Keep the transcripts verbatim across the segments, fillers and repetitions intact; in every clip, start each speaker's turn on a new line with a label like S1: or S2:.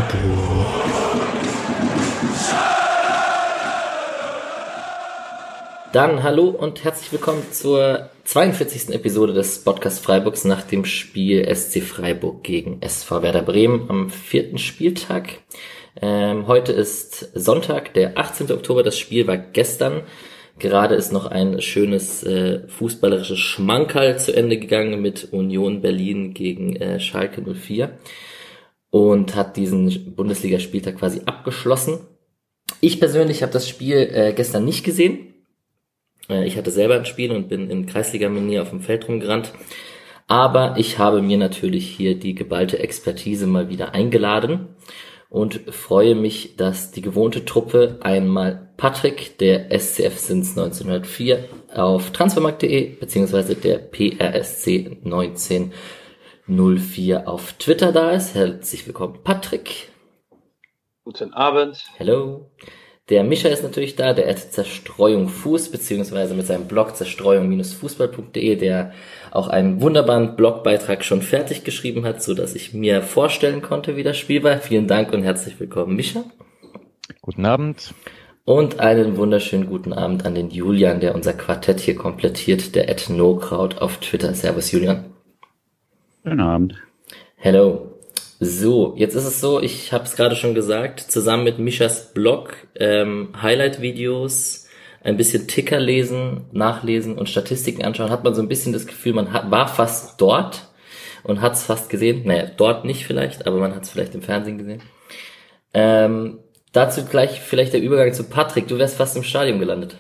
S1: Dann hallo und herzlich willkommen zur zweiundvierzigsten Episode des Podcast Freiburgs nach dem Spiel S C Freiburg gegen S V Werder Bremen am vierten Spieltag. Ähm, heute ist Sonntag, der achtzehnten Oktober. Das Spiel war gestern. Gerade ist noch ein schönes äh, fußballerisches Schmankerl zu Ende gegangen mit Union Berlin gegen äh, Schalke null vier und hat diesen Bundesligaspieltag quasi abgeschlossen. Ich persönlich habe das Spiel äh, gestern nicht gesehen. Ich hatte selber ein Spiel und bin in Kreisliga-Manier auf dem Feld rumgerannt. Aber ich habe mir natürlich hier die geballte Expertise mal wieder eingeladen und freue mich, dass die gewohnte Truppe einmal Patrick, der S C F since neunzehnhundertvier, auf transfermarkt punkt de beziehungsweise der P R S C neunzehnhundertvier auf Twitter da ist. Herzlich willkommen, Patrick.
S2: Guten Abend.
S1: Hello. Der Mischa ist natürlich da, der at Zerstreuung Fuß, beziehungsweise mit seinem Blog zerstreuung Fußball punkt de, der auch einen wunderbaren Blogbeitrag schon fertig geschrieben hat, so dass ich mir vorstellen konnte, wie das Spiel war. Vielen Dank und herzlich willkommen, Mischa.
S3: Guten Abend.
S1: Und einen wunderschönen guten Abend an den Julian, der unser Quartett hier komplettiert, der at nokraut auf Twitter. Servus, Julian.
S3: Guten Abend.
S1: Hello. So, jetzt ist es so, ich habe es gerade schon gesagt, zusammen mit Mischas Blog, ähm, Highlight-Videos, ein bisschen Ticker lesen, nachlesen und Statistiken anschauen, hat man so ein bisschen das Gefühl, man hat, war fast dort und hat es fast gesehen. Naja, dort nicht vielleicht, aber man hat es vielleicht im Fernsehen gesehen. Ähm, dazu gleich vielleicht der Übergang zu Patrick. Du wärst fast im Stadion gelandet.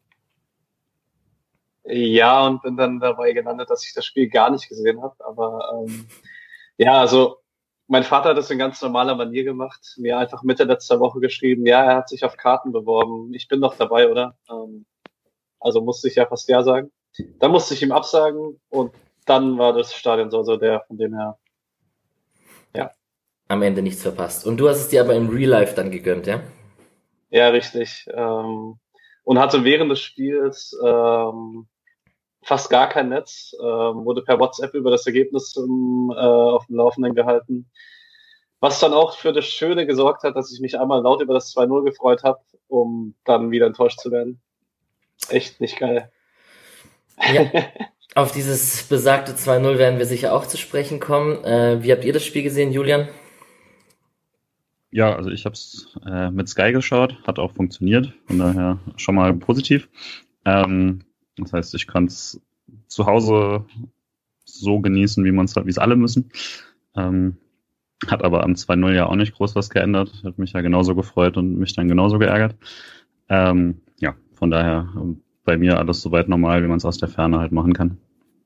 S2: Ja, und bin dann dabei gelandet, dass ich das Spiel gar nicht gesehen habe. Aber ähm, ja, also mein Vater hat das in ganz normaler Manier gemacht, mir einfach Mitte letzter Woche geschrieben, ja, er hat sich auf Karten beworben, ich bin noch dabei, oder? Ähm, also musste ich ja fast ja sagen. Dann musste ich ihm absagen und dann war das Stadion so, so der, von dem her, ja.
S1: Am Ende nichts verpasst. Und du hast es dir aber im Real Life dann gegönnt, ja?
S2: Ja, richtig. Ähm, und hatte während des Spiels ähm, fast gar kein Netz, äh, wurde per WhatsApp über das Ergebnis ähm, äh, auf dem Laufenden gehalten. Was dann auch für das Schöne gesorgt hat, dass ich mich einmal laut über das zwei null gefreut habe, um dann wieder enttäuscht zu werden. Echt nicht geil.
S1: Ja, auf dieses besagte zwei null werden wir sicher auch zu sprechen kommen. Äh, wie habt ihr das Spiel gesehen, Julian?
S3: Ja, also ich habe es äh, mit Sky geschaut, hat auch funktioniert, von daher schon mal positiv. Ähm, Das heißt, ich kann es zu Hause so genießen, wie man es wie es alle müssen. Ähm, hat aber am zwei null ja auch nicht groß was geändert. Hat mich ja genauso gefreut und mich dann genauso geärgert. Ähm, ja, von daher bei mir alles soweit normal, wie man es aus der Ferne halt machen kann.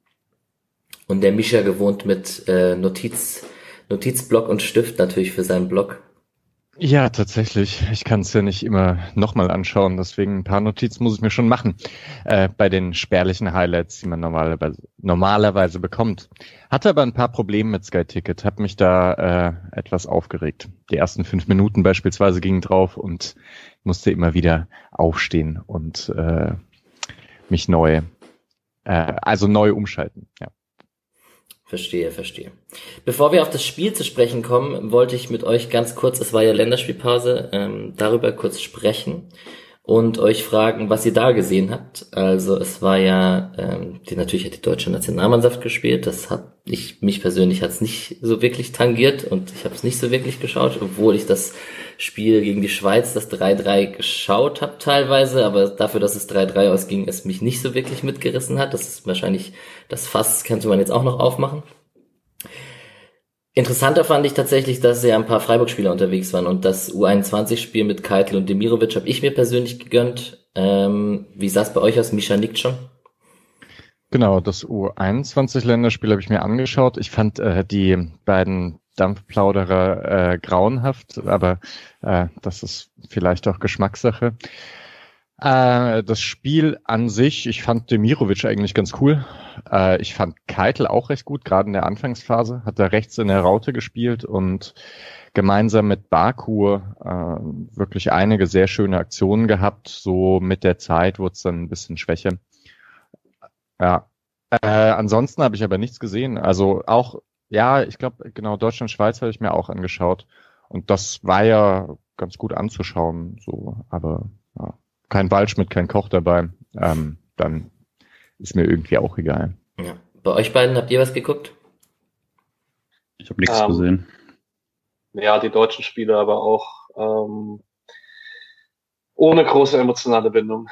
S1: Und der Mischa gewohnt mit äh, Notiz, Notizblock und Stift natürlich für seinen Blog.
S4: Ja, tatsächlich. Ich kann es ja nicht immer nochmal anschauen, deswegen ein paar Notizen muss ich mir schon machen. Äh, bei den spärlichen Highlights, die man normalerweise, normalerweise bekommt. Hatte aber ein paar Probleme mit Sky Ticket, habe mich da äh, etwas aufgeregt. Die ersten fünf Minuten beispielsweise gingen drauf und musste immer wieder aufstehen und äh, mich neu, äh, also neu umschalten, ja.
S1: Verstehe, verstehe. Bevor wir auf das Spiel zu sprechen kommen, wollte ich mit euch ganz kurz, es war ja Länderspielpause, ähm, darüber kurz sprechen und euch fragen, was ihr da gesehen habt. Also es war ja, ähm, die natürlich hat die deutsche Nationalmannschaft gespielt, das hat ich, mich persönlich hat es nicht so wirklich tangiert und ich habe es nicht so wirklich geschaut, obwohl ich das Spiel gegen die Schweiz, das drei drei geschaut habe teilweise, aber dafür, dass es drei drei ausging, es mich nicht so wirklich mitgerissen hat. Das ist wahrscheinlich, das Fass könnte man jetzt auch noch aufmachen. Interessanter fand ich tatsächlich, dass ja ein paar Freiburg-Spieler unterwegs waren und das U einundzwanzig-Spiel mit Keitel und Demirovic habe ich mir persönlich gegönnt. Ähm, wie sah es bei euch aus? Mischa nickt schon.
S4: Genau, das U einundzwanzig-Länderspiel habe ich mir angeschaut. Ich fand äh, die beiden Dampfplauderer äh, grauenhaft, aber äh, das ist vielleicht auch Geschmackssache. Äh, das Spiel an sich, ich fand Demirovic eigentlich ganz cool. Äh, ich fand Keitel auch recht gut, gerade in der Anfangsphase. Hat er rechts in der Raute gespielt und gemeinsam mit Baku äh, wirklich einige sehr schöne Aktionen gehabt. So mit der Zeit wurde es dann ein bisschen schwächer. Ja. Äh, ansonsten habe ich aber nichts gesehen. Also auch, ja, ich glaube, genau, Deutschland-Schweiz habe ich mir auch angeschaut. Und das war ja ganz gut anzuschauen, so, aber ja, kein Waldschmidt, kein Koch dabei, ähm, dann ist mir irgendwie auch egal.
S1: Ja. Bei euch beiden habt ihr was geguckt?
S3: Ich habe nichts
S2: Ähm,
S3: gesehen.
S2: Ja, die deutschen Spiele, aber auch ähm, ohne große emotionale Bindung.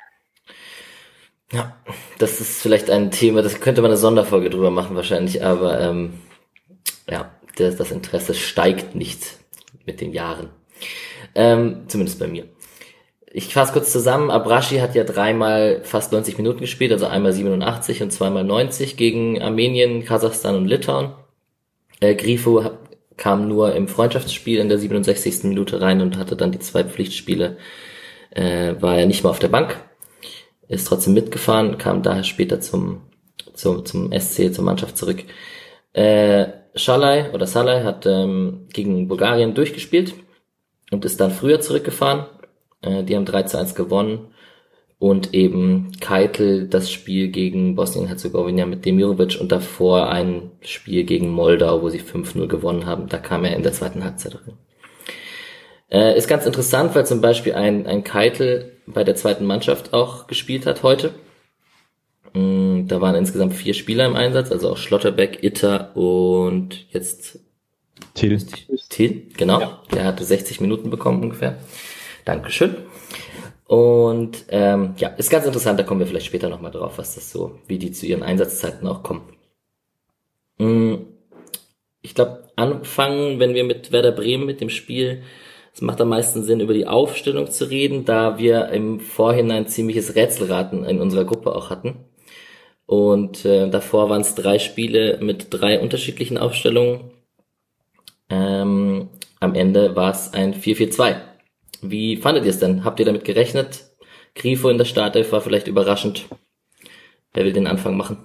S1: Ja, das ist vielleicht ein Thema, das könnte man eine Sonderfolge drüber machen wahrscheinlich, aber ähm, ja, das, das Interesse steigt nicht mit den Jahren. Ähm, zumindest bei mir. Ich fasse kurz zusammen. Abrashi hat ja dreimal fast neunzig Minuten gespielt, also einmal siebenundachtzig und zweimal neunzig gegen Armenien, Kasachstan und Litauen. Äh, Grifo hat, kam nur im Freundschaftsspiel in der siebenundsechzigsten Minute rein und hatte dann die zwei Pflichtspiele, äh, war er nicht mal auf der Bank, ist trotzdem mitgefahren, kam daher später zum zum, zum S C, zur Mannschaft zurück. Äh, Schalay oder Salai hat ähm, gegen Bulgarien durchgespielt und ist dann früher zurückgefahren. Äh, die haben drei zu eins gewonnen und eben Keitel das Spiel gegen Bosnien-Herzegowina mit Demirovic und davor ein Spiel gegen Moldau, wo sie fünf null gewonnen haben. Da kam er in der zweiten Halbzeit rein. Äh, ist ganz interessant, weil zum Beispiel ein, ein Keitel bei der zweiten Mannschaft auch gespielt hat heute. Mm, da waren insgesamt vier Spieler im Einsatz, also auch Schlotterbeck, Itter und jetzt
S4: Till.
S1: Till, genau.
S2: Ja.
S1: Der hatte sechzig Minuten bekommen ungefähr. Dankeschön. Und ähm, ja, ist ganz interessant, da kommen wir vielleicht später nochmal drauf, was das so, wie die zu ihren Einsatzzeiten auch kommen. Mm, ich glaube, anfangen, wenn wir mit Werder Bremen, mit dem Spiel, es macht am meisten Sinn, über die Aufstellung zu reden, da wir im Vorhinein ziemliches Rätselraten in unserer Gruppe auch hatten. Und äh, davor waren es drei Spiele mit drei unterschiedlichen Aufstellungen. Ähm, am Ende war es ein vier vier zwei. Wie fandet ihr es denn? Habt ihr damit gerechnet? Grifo in der Startelf war vielleicht überraschend. Wer will den Anfang machen?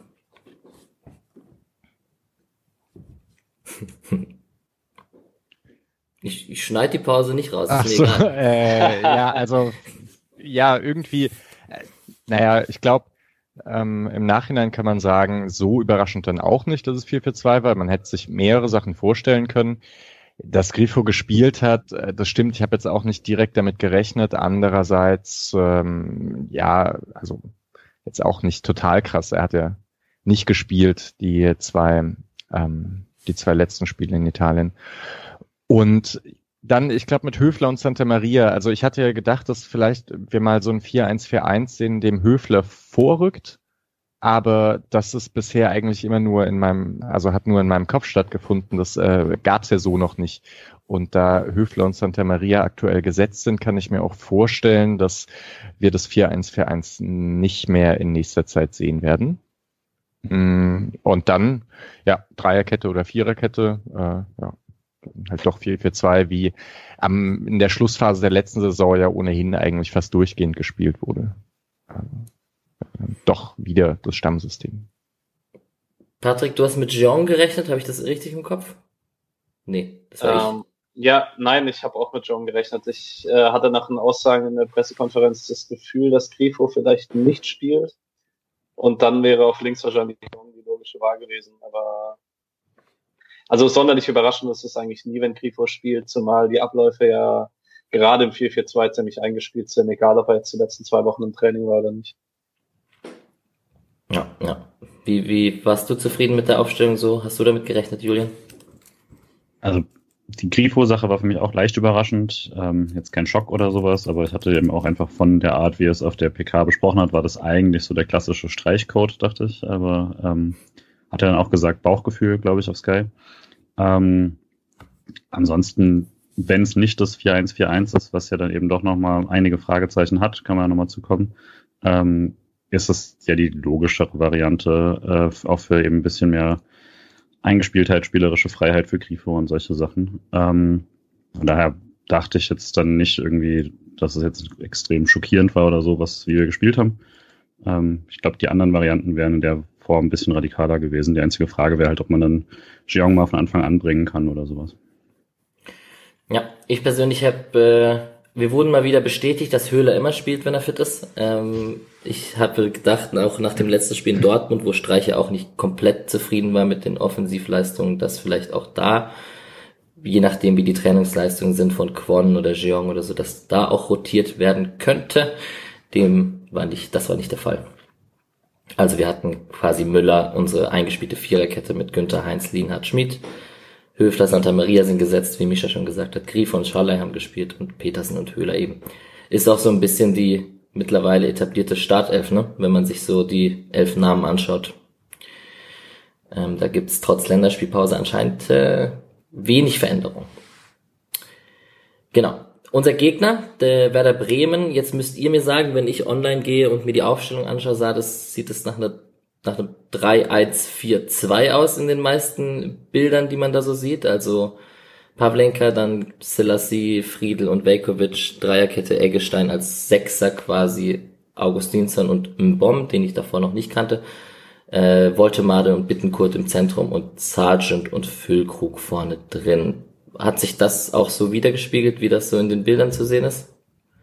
S1: Ich, ich schneide die Pause nicht raus.
S4: Ach
S1: Ist
S4: so,
S1: mir egal.
S4: äh, ja, also, ja, irgendwie, äh, naja, ich glaube, ähm, im Nachhinein kann man sagen, so überraschend dann auch nicht, dass es vier vier zwei war. Man hätte sich mehrere Sachen vorstellen können. Dass Grifo gespielt hat, äh, das stimmt, ich habe jetzt auch nicht direkt damit gerechnet. Andererseits, ähm, ja, also jetzt auch nicht total krass. Er hat ja nicht gespielt, die zwei, ähm, die zwei letzten Spiele in Italien. Und dann, ich glaube, mit Höfler und Santa Maria, also ich hatte ja gedacht, dass vielleicht wir mal so ein vier eins vier eins sehen, dem Höfler vorrückt, aber das ist bisher eigentlich immer nur in meinem, also hat nur in meinem Kopf stattgefunden, das äh, gab es ja so noch nicht. Und da Höfler und Santa Maria aktuell gesetzt sind, kann ich mir auch vorstellen, dass wir das vier eins vier eins nicht mehr in nächster Zeit sehen werden. Und dann, ja, Dreierkette oder Viererkette, äh, ja, halt doch vier vier zwei, wie am, in der Schlussphase der letzten Saison ja ohnehin eigentlich fast durchgehend gespielt wurde. Also, doch wieder das Stammsystem.
S1: Patrick, du hast mit Jean gerechnet, habe ich das richtig im Kopf? Nee, das war
S2: Ähm, ja, nein, ich habe auch mit John gerechnet. Ich äh, hatte nach den Aussagen in der Pressekonferenz das Gefühl, dass Grifo vielleicht nicht spielt. Und dann wäre auf links wahrscheinlich John die logische Wahl gewesen. Aber also sonderlich überraschend ist es eigentlich nie, wenn Grifo spielt, zumal die Abläufe ja gerade im vier vier zwei ziemlich eingespielt sind, egal ob er jetzt die letzten zwei Wochen im Training war oder nicht.
S1: ich. Ja, ja. Wie, wie warst du zufrieden mit der Aufstellung so? Hast du damit gerechnet, Julian?
S3: Also die Grifo-Sache war für mich auch leicht überraschend. Ähm, jetzt kein Schock oder sowas, aber ich hatte eben auch einfach von der Art, wie er es auf der P K besprochen hat, war das eigentlich so der klassische Streichcode, dachte ich. Aber ähm, hat er dann auch gesagt, Bauchgefühl, glaube ich, auf Sky. Ähm, ansonsten, wenn es nicht das vier eins vier eins ist, was ja dann eben doch nochmal einige Fragezeichen hat, kann man ja nochmal zukommen, ähm, ist es ja die logischere Variante, äh, auch für eben ein bisschen mehr Eingespieltheit, spielerische Freiheit für Grifo und solche Sachen. Ähm, von daher dachte ich jetzt dann nicht irgendwie, dass es jetzt extrem schockierend war oder so, was wie wir gespielt haben. Ähm, ich glaube, die anderen Varianten wären in der Form ein bisschen radikaler gewesen. Die einzige Frage wäre halt, ob man dann Jeong mal von Anfang an bringen kann oder sowas.
S1: Ja, ich persönlich habe, äh, wir wurden mal wieder bestätigt, dass Höhler immer spielt, wenn er fit ist. Ähm, ich habe gedacht, auch nach dem letzten Spiel in Dortmund, wo Streicher auch nicht komplett zufrieden war mit den Offensivleistungen, dass vielleicht auch da je nachdem wie die Trainingsleistungen sind von Kwon oder Jeong oder so, dass da auch rotiert werden könnte. Dem war nicht, das war nicht der Fall. Also wir hatten quasi Müller, unsere eingespielte Viererkette mit Günther, Heinz, Lienhardt, Schmid. Höfler, Santa Maria sind gesetzt, wie Mischa schon gesagt hat. Griefe und Schallei haben gespielt und Petersen und Höhler eben. Ist auch so ein bisschen die mittlerweile etablierte Startelf, ne? Wenn man sich so die elf Namen anschaut. Ähm, da gibt's trotz Länderspielpause anscheinend äh, wenig Veränderung. Genau. Unser Gegner, der Werder Bremen, jetzt müsst ihr mir sagen, wenn ich online gehe und mir die Aufstellung anschaue, sah das, sieht es nach einer nach einem drei eins vier zwei aus in den meisten Bildern, die man da so sieht. Also Pavlenka, dann Selassie, Friedl und Veljkovic, Dreierkette Eggestein als Sechser quasi, Augustinsson und Mbom, den ich davor noch nicht kannte, äh, Woltemade und Bittencourt im Zentrum und Sargent und Füllkrug vorne drin. Hat sich das auch so wiedergespiegelt, wie das so in den Bildern zu sehen ist?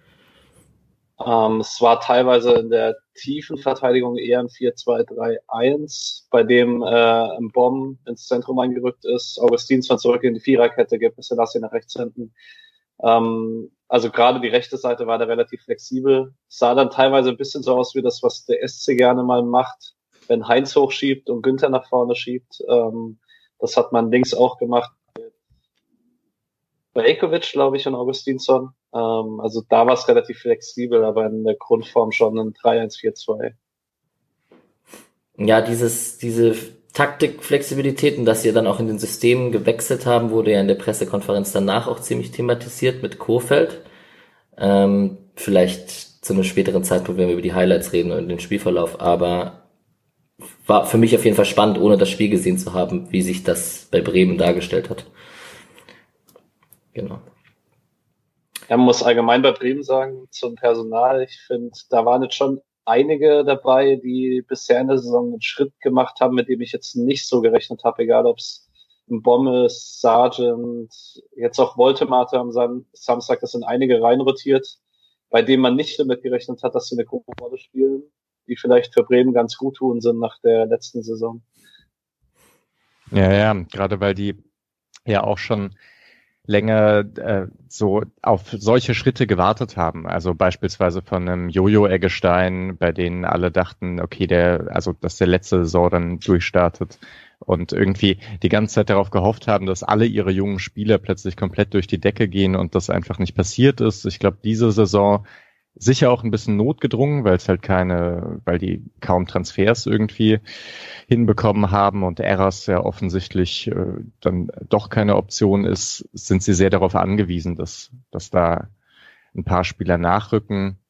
S2: Ähm, es war teilweise in der tiefen Verteidigung eher ein vier zwei drei eins, bei dem äh, Mbom ins Zentrum eingerückt ist, Augustinsson zurück in die Viererkette gibt, Selassie nach rechts hinten. Ähm, also gerade die rechte Seite war da relativ flexibel. Sah dann teilweise ein bisschen so aus wie das, was der S C gerne mal macht, wenn Heinz hochschiebt und Günther nach vorne schiebt. Ähm, das hat man links auch gemacht. Veljkovic, glaube ich, und Augustinsson. Ähm, also da war es relativ flexibel, aber in der Grundform schon ein drei eins vier zwei.
S1: Ja, dieses, diese Taktikflexibilitäten, dass sie dann auch in den Systemen gewechselt haben, wurde ja in der Pressekonferenz danach auch ziemlich thematisiert mit Kohfeldt. Ähm, vielleicht zu einem späteren Zeitpunkt, wenn wir über die Highlights reden und den Spielverlauf, aber war für mich auf jeden Fall spannend, ohne das Spiel gesehen zu haben, wie sich das bei Bremen dargestellt hat. Genau.
S2: Ja, man muss allgemein bei Bremen sagen, zum Personal, ich finde, da waren jetzt schon einige dabei, die bisher in der Saison einen Schritt gemacht haben, mit dem ich jetzt nicht so gerechnet habe, egal ob es ein Bombe ist, Sargent, jetzt auch Woltemade am Samstag, das sind einige reinrotiert, bei denen man nicht damit gerechnet hat, dass sie eine große Rolle spielen, die vielleicht für Bremen ganz gut tun sind nach der letzten Saison.
S4: Ja, ja, gerade weil die ja auch schon länger äh, so auf solche Schritte gewartet haben. Also beispielsweise von einem Jojo Eggestein, bei denen alle dachten, okay, der, also dass der letzte Saison dann durchstartet und irgendwie die ganze Zeit darauf gehofft haben, dass alle ihre jungen Spieler plötzlich komplett durch die Decke gehen und das einfach nicht passiert ist. Ich glaube, diese Saison sicher auch ein bisschen notgedrungen, weil es halt keine, weil die kaum Transfers irgendwie hinbekommen haben und Eras ja offensichtlich äh, dann doch keine Option ist, sind sie sehr darauf angewiesen, dass, dass da ein paar Spieler nachrücken.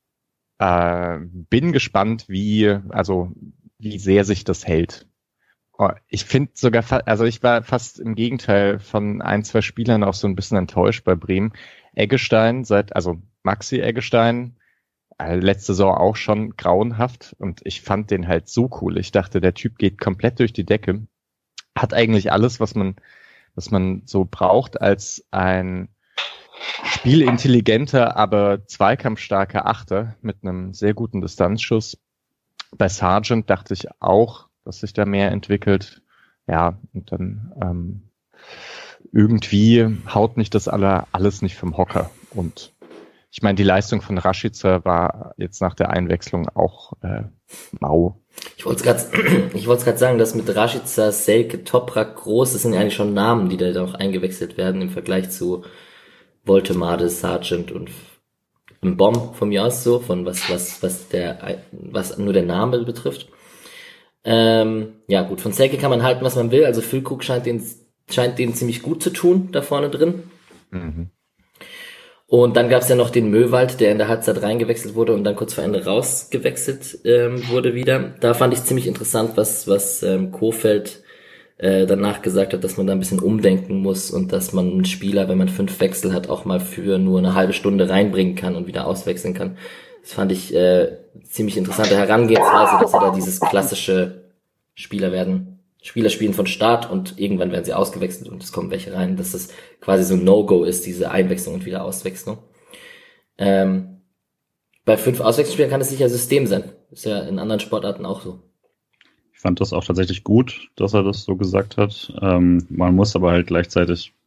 S4: Äh, bin gespannt, wie, also, wie sehr sich das hält. Oh, ich finde sogar, fa- also ich war fast im Gegenteil von ein, zwei Spielern auch so ein bisschen enttäuscht bei Bremen. Eggestein seit, also Maxi Eggestein, äh, letzte Saison auch schon grauenhaft und ich fand den halt so cool. Ich dachte, der Typ geht komplett durch die Decke, hat eigentlich alles, was man, was man so braucht als ein spielintelligenter, aber zweikampfstarker Achter mit einem sehr guten Distanzschuss. Bei Sargent dachte ich auch, dass sich da mehr entwickelt. Ja, und dann ähm, irgendwie haut mich das alle, alles nicht vom Hocker. Und ich meine, die Leistung von Rashica war jetzt nach der Einwechslung auch äh, mau.
S1: Ich wollte es gerade ich wollte es gerade sagen, dass mit Rashica, Selke, Toprak, Groß, das sind ja eigentlich schon Namen, die da auch eingewechselt werden im Vergleich zu Woltemade, Sargent und Mbom von mir aus so, von was was was der was nur der Name betrifft. Ähm, ja gut, von Selke kann man halten, was man will. Also Füllkrug scheint den scheint den ziemlich gut zu tun da vorne drin.
S4: Mhm.
S1: Und dann gab es ja noch den Möwald, der in der Halbzeit reingewechselt wurde und dann kurz vor Ende rausgewechselt ähm, wurde wieder. Da fand ich ziemlich interessant, was was ähm, Kohfeldt äh, danach gesagt hat, dass man da ein bisschen umdenken muss und dass man einen Spieler, wenn man fünf Wechsel hat, auch mal für nur eine halbe Stunde reinbringen kann und wieder auswechseln kann. Das fand ich äh, ziemlich interessante Herangehensweise, dass sie da dieses klassische Spieler werden, Spieler spielen von Start und irgendwann werden sie ausgewechselt und es kommen welche rein, dass das quasi so ein No-Go ist, diese Einwechslung und wieder Auswechslung. Ähm, bei fünf Auswechselspielern kann es sicher System sein. Ist ja in anderen Sportarten auch so.
S3: Ich fand das auch tatsächlich gut, dass er das so gesagt hat. Ähm, man muss aber halt gleichzeitig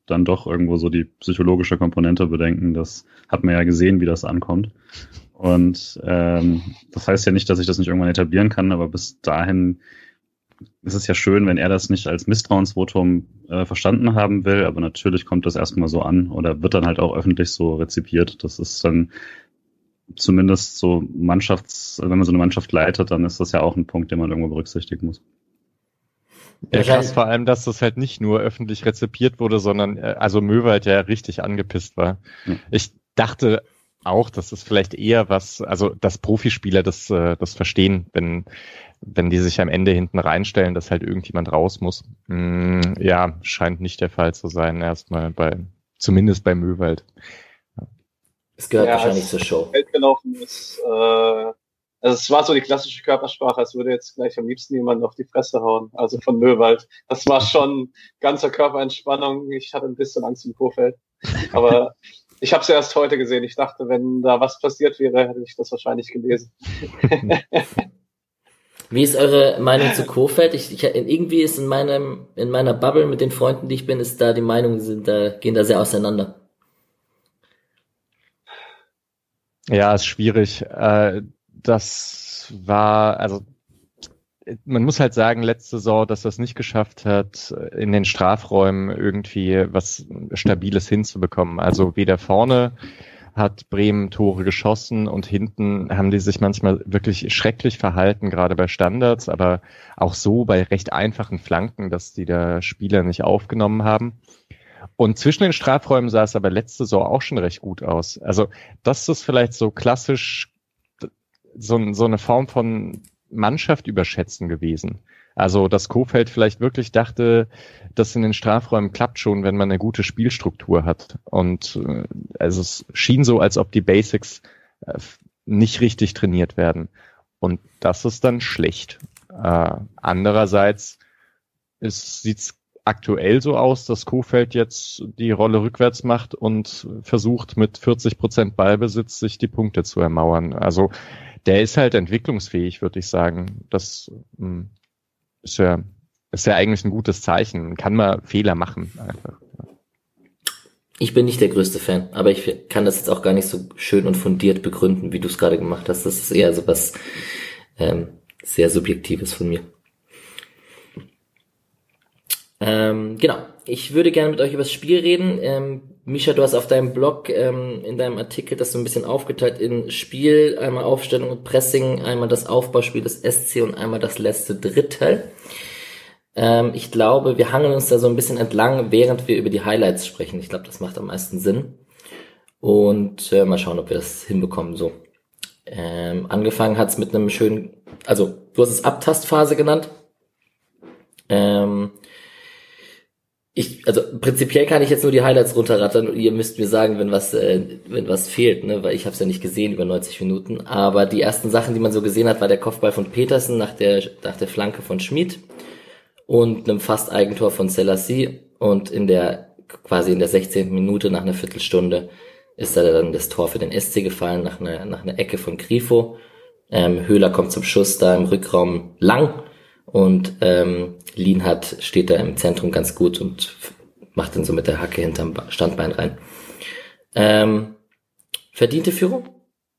S3: dann doch irgendwo so die psychologische Komponente bedenken. Das hat man ja gesehen, wie das ankommt. Und ähm, das heißt ja nicht, dass ich das nicht irgendwann etablieren kann, aber bis dahin ist es ja schön, wenn er das nicht als Misstrauensvotum äh, verstanden haben will, aber natürlich kommt das erstmal so an oder wird dann halt auch öffentlich so rezipiert. Das ist dann zumindest so Mannschafts, wenn man so eine Mannschaft leitet, dann ist das ja auch ein Punkt, den man irgendwo berücksichtigen muss.
S4: Ja, krass, vor allem, dass das halt nicht nur öffentlich rezipiert wurde, sondern also Möwald ja richtig angepisst war. Ja. Ich dachte auch, dass es vielleicht eher was, also dass Profispieler das, das verstehen, wenn, wenn die sich am Ende hinten reinstellen, dass halt irgendjemand raus muss. Hm, ja, scheint nicht der Fall zu sein, erstmal bei, zumindest bei Möwald.
S1: Es gehört ja, wahrscheinlich zur Show.
S2: Gelaufen ist, äh, also es war so die klassische Körpersprache, als würde jetzt gleich am liebsten jemand auf die Fresse hauen, also von Möwald. Das war schon ganze Körperentspannung. Ich hatte ein bisschen Angst im Kofeld. Aber ich habe es ja erst heute gesehen. Ich dachte, wenn da was passiert wäre, hätte ich das wahrscheinlich gelesen.
S1: Wie ist eure Meinung zu Kofeld? Ich, ich, irgendwie ist in meinem, in meiner Bubble mit den Freunden, die ich bin, ist da die Meinungen sind da, gehen da sehr auseinander.
S4: Ja, ist schwierig. Das war, also man muss halt sagen, letzte Saison, dass er es nicht geschafft hat, in den Strafräumen irgendwie was Stabiles hinzubekommen. Also weder vorne hat Bremen Tore geschossen und hinten haben die sich manchmal wirklich schrecklich verhalten, gerade bei Standards, aber auch so bei recht einfachen Flanken, dass die da Spieler nicht aufgenommen haben. Und zwischen den Strafräumen sah es aber letzte Saison auch schon recht gut aus. Also das ist vielleicht so klassisch so, so eine Form von Mannschaft überschätzen gewesen. Also dass Kofeld vielleicht wirklich dachte, das in den Strafräumen klappt schon, wenn man eine gute Spielstruktur hat. Und also es schien so, als ob die Basics nicht richtig trainiert werden. Und das ist dann schlecht. Äh, andererseits sieht es aktuell so aus, dass Kofeld jetzt die Rolle rückwärts macht und versucht mit vierzig Prozent Ballbesitz sich die Punkte zu ermauern. Also der ist halt entwicklungsfähig, würde ich sagen. Das mh, ist ja, ist ja eigentlich ein gutes Zeichen. Man kann mal Fehler machen einfach.
S1: Ich bin nicht der größte Fan, aber ich kann das jetzt auch gar nicht so schön und fundiert begründen, wie du es gerade gemacht hast. Das ist eher so was ähm, sehr Subjektives von mir. Ähm, genau, ich würde gerne mit euch über das Spiel reden. Ähm, Mischa, du hast auf deinem Blog ähm, in deinem Artikel das so ein bisschen aufgeteilt in Spiel, einmal Aufstellung und Pressing, einmal das Aufbauspiel des S C und einmal das letzte Drittel. Ähm, ich glaube, wir hangeln uns da so ein bisschen entlang, während wir über die Highlights sprechen. Ich glaube, das macht am meisten Sinn. Und äh, mal schauen, ob wir das hinbekommen so. Ähm, angefangen hat's mit einem schönen, also du hast es Abtastphase genannt. Ähm, Ich, also prinzipiell kann ich jetzt nur die Highlights runterrattern und ihr müsst mir sagen, wenn was, äh, wenn was fehlt, ne, weil ich habe es ja nicht gesehen über neunzig Minuten. Aber die ersten Sachen, die man so gesehen hat, war der Kopfball von Petersen nach der nach der Flanke von Schmid und einem fast Eigentor von Selassie und in der quasi in der sechzehnten Minute nach einer Viertelstunde ist da dann das Tor für den S C gefallen nach einer nach einer Ecke von Grifo. Ähm, Höhler kommt zum Schuss da im Rückraum lang. Und ähm, Lienhardt steht da im Zentrum ganz gut und macht dann so mit der Hacke hinterm Standbein rein. Ähm, verdiente Führung?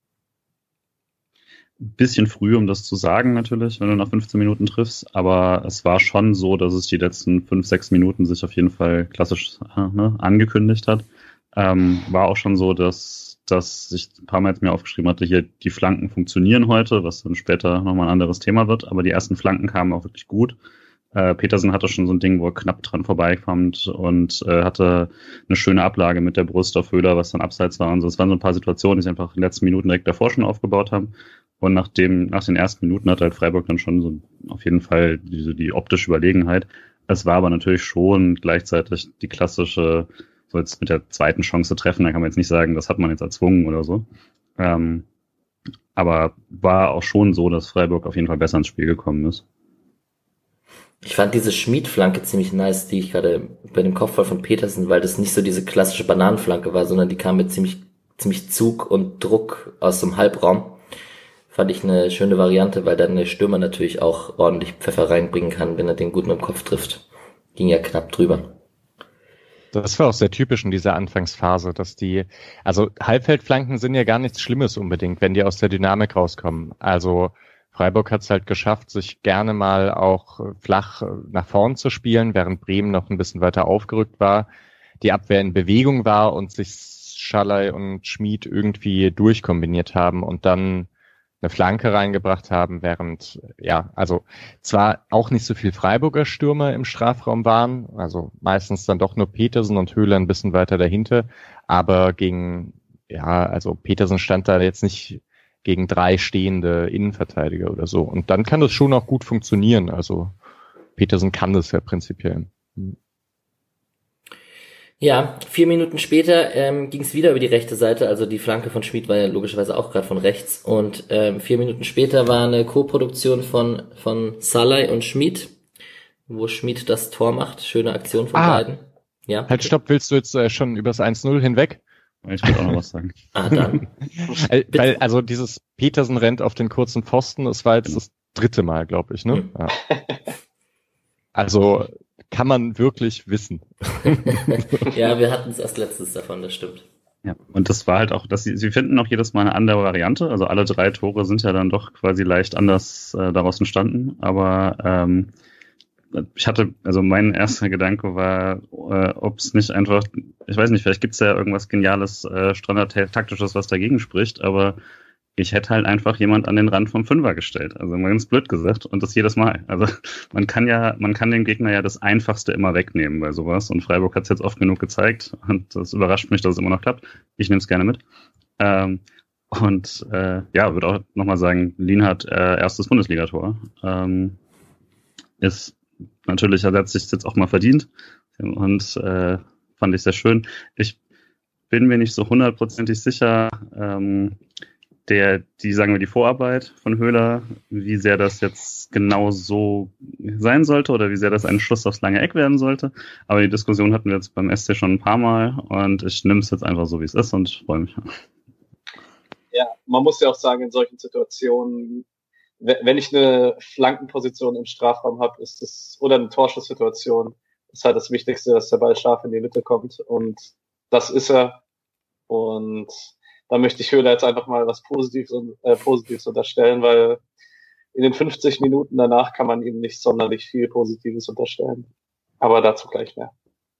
S3: Bisschen früh, um das zu sagen natürlich, wenn du nach fünfzehn Minuten triffst, aber es war schon so, dass es die letzten fünf, sechs Minuten sich auf jeden Fall klassisch äh, ne, angekündigt hat. Ähm, war auch schon so, dass dass ich ein paar Mal jetzt mir aufgeschrieben hatte, hier die Flanken funktionieren heute, was dann später nochmal ein anderes Thema wird, aber die ersten Flanken kamen auch wirklich gut. Äh, Petersen hatte schon so ein Ding, wo er knapp dran vorbeikommt und äh, hatte eine schöne Ablage mit der Brust auf Höhler, was dann abseits war und so. Es waren so ein paar Situationen, die sich einfach in den letzten Minuten direkt davor schon aufgebaut haben. Und nach dem, nach den ersten Minuten hatte halt Freiburg dann schon so auf jeden Fall diese, die optische Überlegenheit. Es war aber natürlich schon gleichzeitig die klassische, so jetzt mit der zweiten Chance treffen, da kann man jetzt nicht sagen, das hat man jetzt erzwungen oder so. Ähm, aber war auch schon so, dass Freiburg auf jeden Fall besser ins Spiel gekommen ist.
S1: Ich fand diese Schmid-Flanke ziemlich nice, die ich gerade bei dem Kopfball von Petersen, weil das nicht so diese klassische Bananenflanke war, sondern die kam mit ziemlich ziemlich Zug und Druck aus dem Halbraum. Fand ich eine schöne Variante, weil dann der Stürmer natürlich auch ordentlich Pfeffer reinbringen kann, wenn er den gut mit dem Kopf trifft. Ging ja knapp drüber.
S4: Das war auch sehr typisch in dieser Anfangsphase, dass die, also Halbfeldflanken sind ja gar nichts Schlimmes unbedingt, wenn die aus der Dynamik rauskommen. Also Freiburg hat es halt geschafft, sich gerne mal auch flach nach vorn zu spielen, während Bremen noch ein bisschen weiter aufgerückt war, die Abwehr in Bewegung war und sich Schalay und Schmid irgendwie durchkombiniert haben und dann eine Flanke reingebracht haben, während, ja, also zwar auch nicht so viel Freiburger Stürmer im Strafraum waren, also meistens dann doch nur Petersen und Höhler ein bisschen weiter dahinter, aber gegen, ja, also Petersen stand da jetzt nicht gegen drei stehende Innenverteidiger oder so. Und dann kann das schon auch gut funktionieren, also Petersen kann das ja prinzipiell.
S1: Ja, vier Minuten später ähm, ging es wieder über die rechte Seite, also die Flanke von Schmid war ja logischerweise auch gerade von rechts und ähm, vier Minuten später war eine Co-Produktion von von Szalai und Schmid, wo Schmid das Tor macht, schöne Aktion von
S4: ah,
S1: beiden. Ja.
S4: Halt, stopp, willst du jetzt äh, schon übers eins null hinweg?
S3: Ich will auch noch was sagen.
S1: Ah, dann.
S4: Weil, also dieses Petersen rennt auf den kurzen Pfosten, das war jetzt das dritte Mal, glaube ich, ne?
S1: Mhm.
S4: Ja. Also kann man wirklich wissen.
S1: Ja, wir hatten es erst letztes davon, das stimmt.
S3: Ja, und das war halt auch, dass sie, sie finden auch jedes Mal eine andere Variante. Also alle drei Tore sind ja dann doch quasi leicht anders äh, daraus entstanden. Aber ähm, ich hatte, also mein erster Gedanke war, äh, ob es nicht einfach, ich weiß nicht, vielleicht gibt's ja irgendwas Geniales, äh, Standard-Taktisches, was dagegen spricht, aber ich hätte halt einfach jemand an den Rand vom Fünfer gestellt. Also mal ganz blöd gesagt. Und das jedes Mal. Also man kann ja, man kann dem Gegner ja das Einfachste immer wegnehmen bei sowas. Und Freiburg hat es jetzt oft genug gezeigt. Und das überrascht mich, dass es immer noch klappt. Ich nehme es gerne mit. Ähm, und äh, ja, würde auch nochmal sagen, Lienhardt äh, erstes Bundesligator. Ähm, ist natürlich, er hat sich jetzt auch mal verdient. Und äh, fand ich sehr schön. Ich bin mir nicht so hundertprozentig sicher, ähm, der, die, sagen wir, die Vorarbeit von Höhler, wie sehr das jetzt genau so sein sollte oder wie sehr das ein Schuss aufs lange Eck werden sollte. Aber die Diskussion hatten wir jetzt beim S C schon ein paar Mal und ich nehme es jetzt einfach so, wie es ist und freue mich.
S2: Ja, man muss ja auch sagen, in solchen Situationen, wenn ich eine Flankenposition im Strafraum habe, ist es, oder eine Torschusssituation, ist halt das Wichtigste, dass der Ball scharf in die Mitte kommt und das ist er. Und da möchte ich Höhler jetzt einfach mal was Positives, äh, Positives unterstellen, weil in den fünfzig Minuten danach kann man ihm nicht sonderlich viel Positives unterstellen. Aber dazu gleich mehr.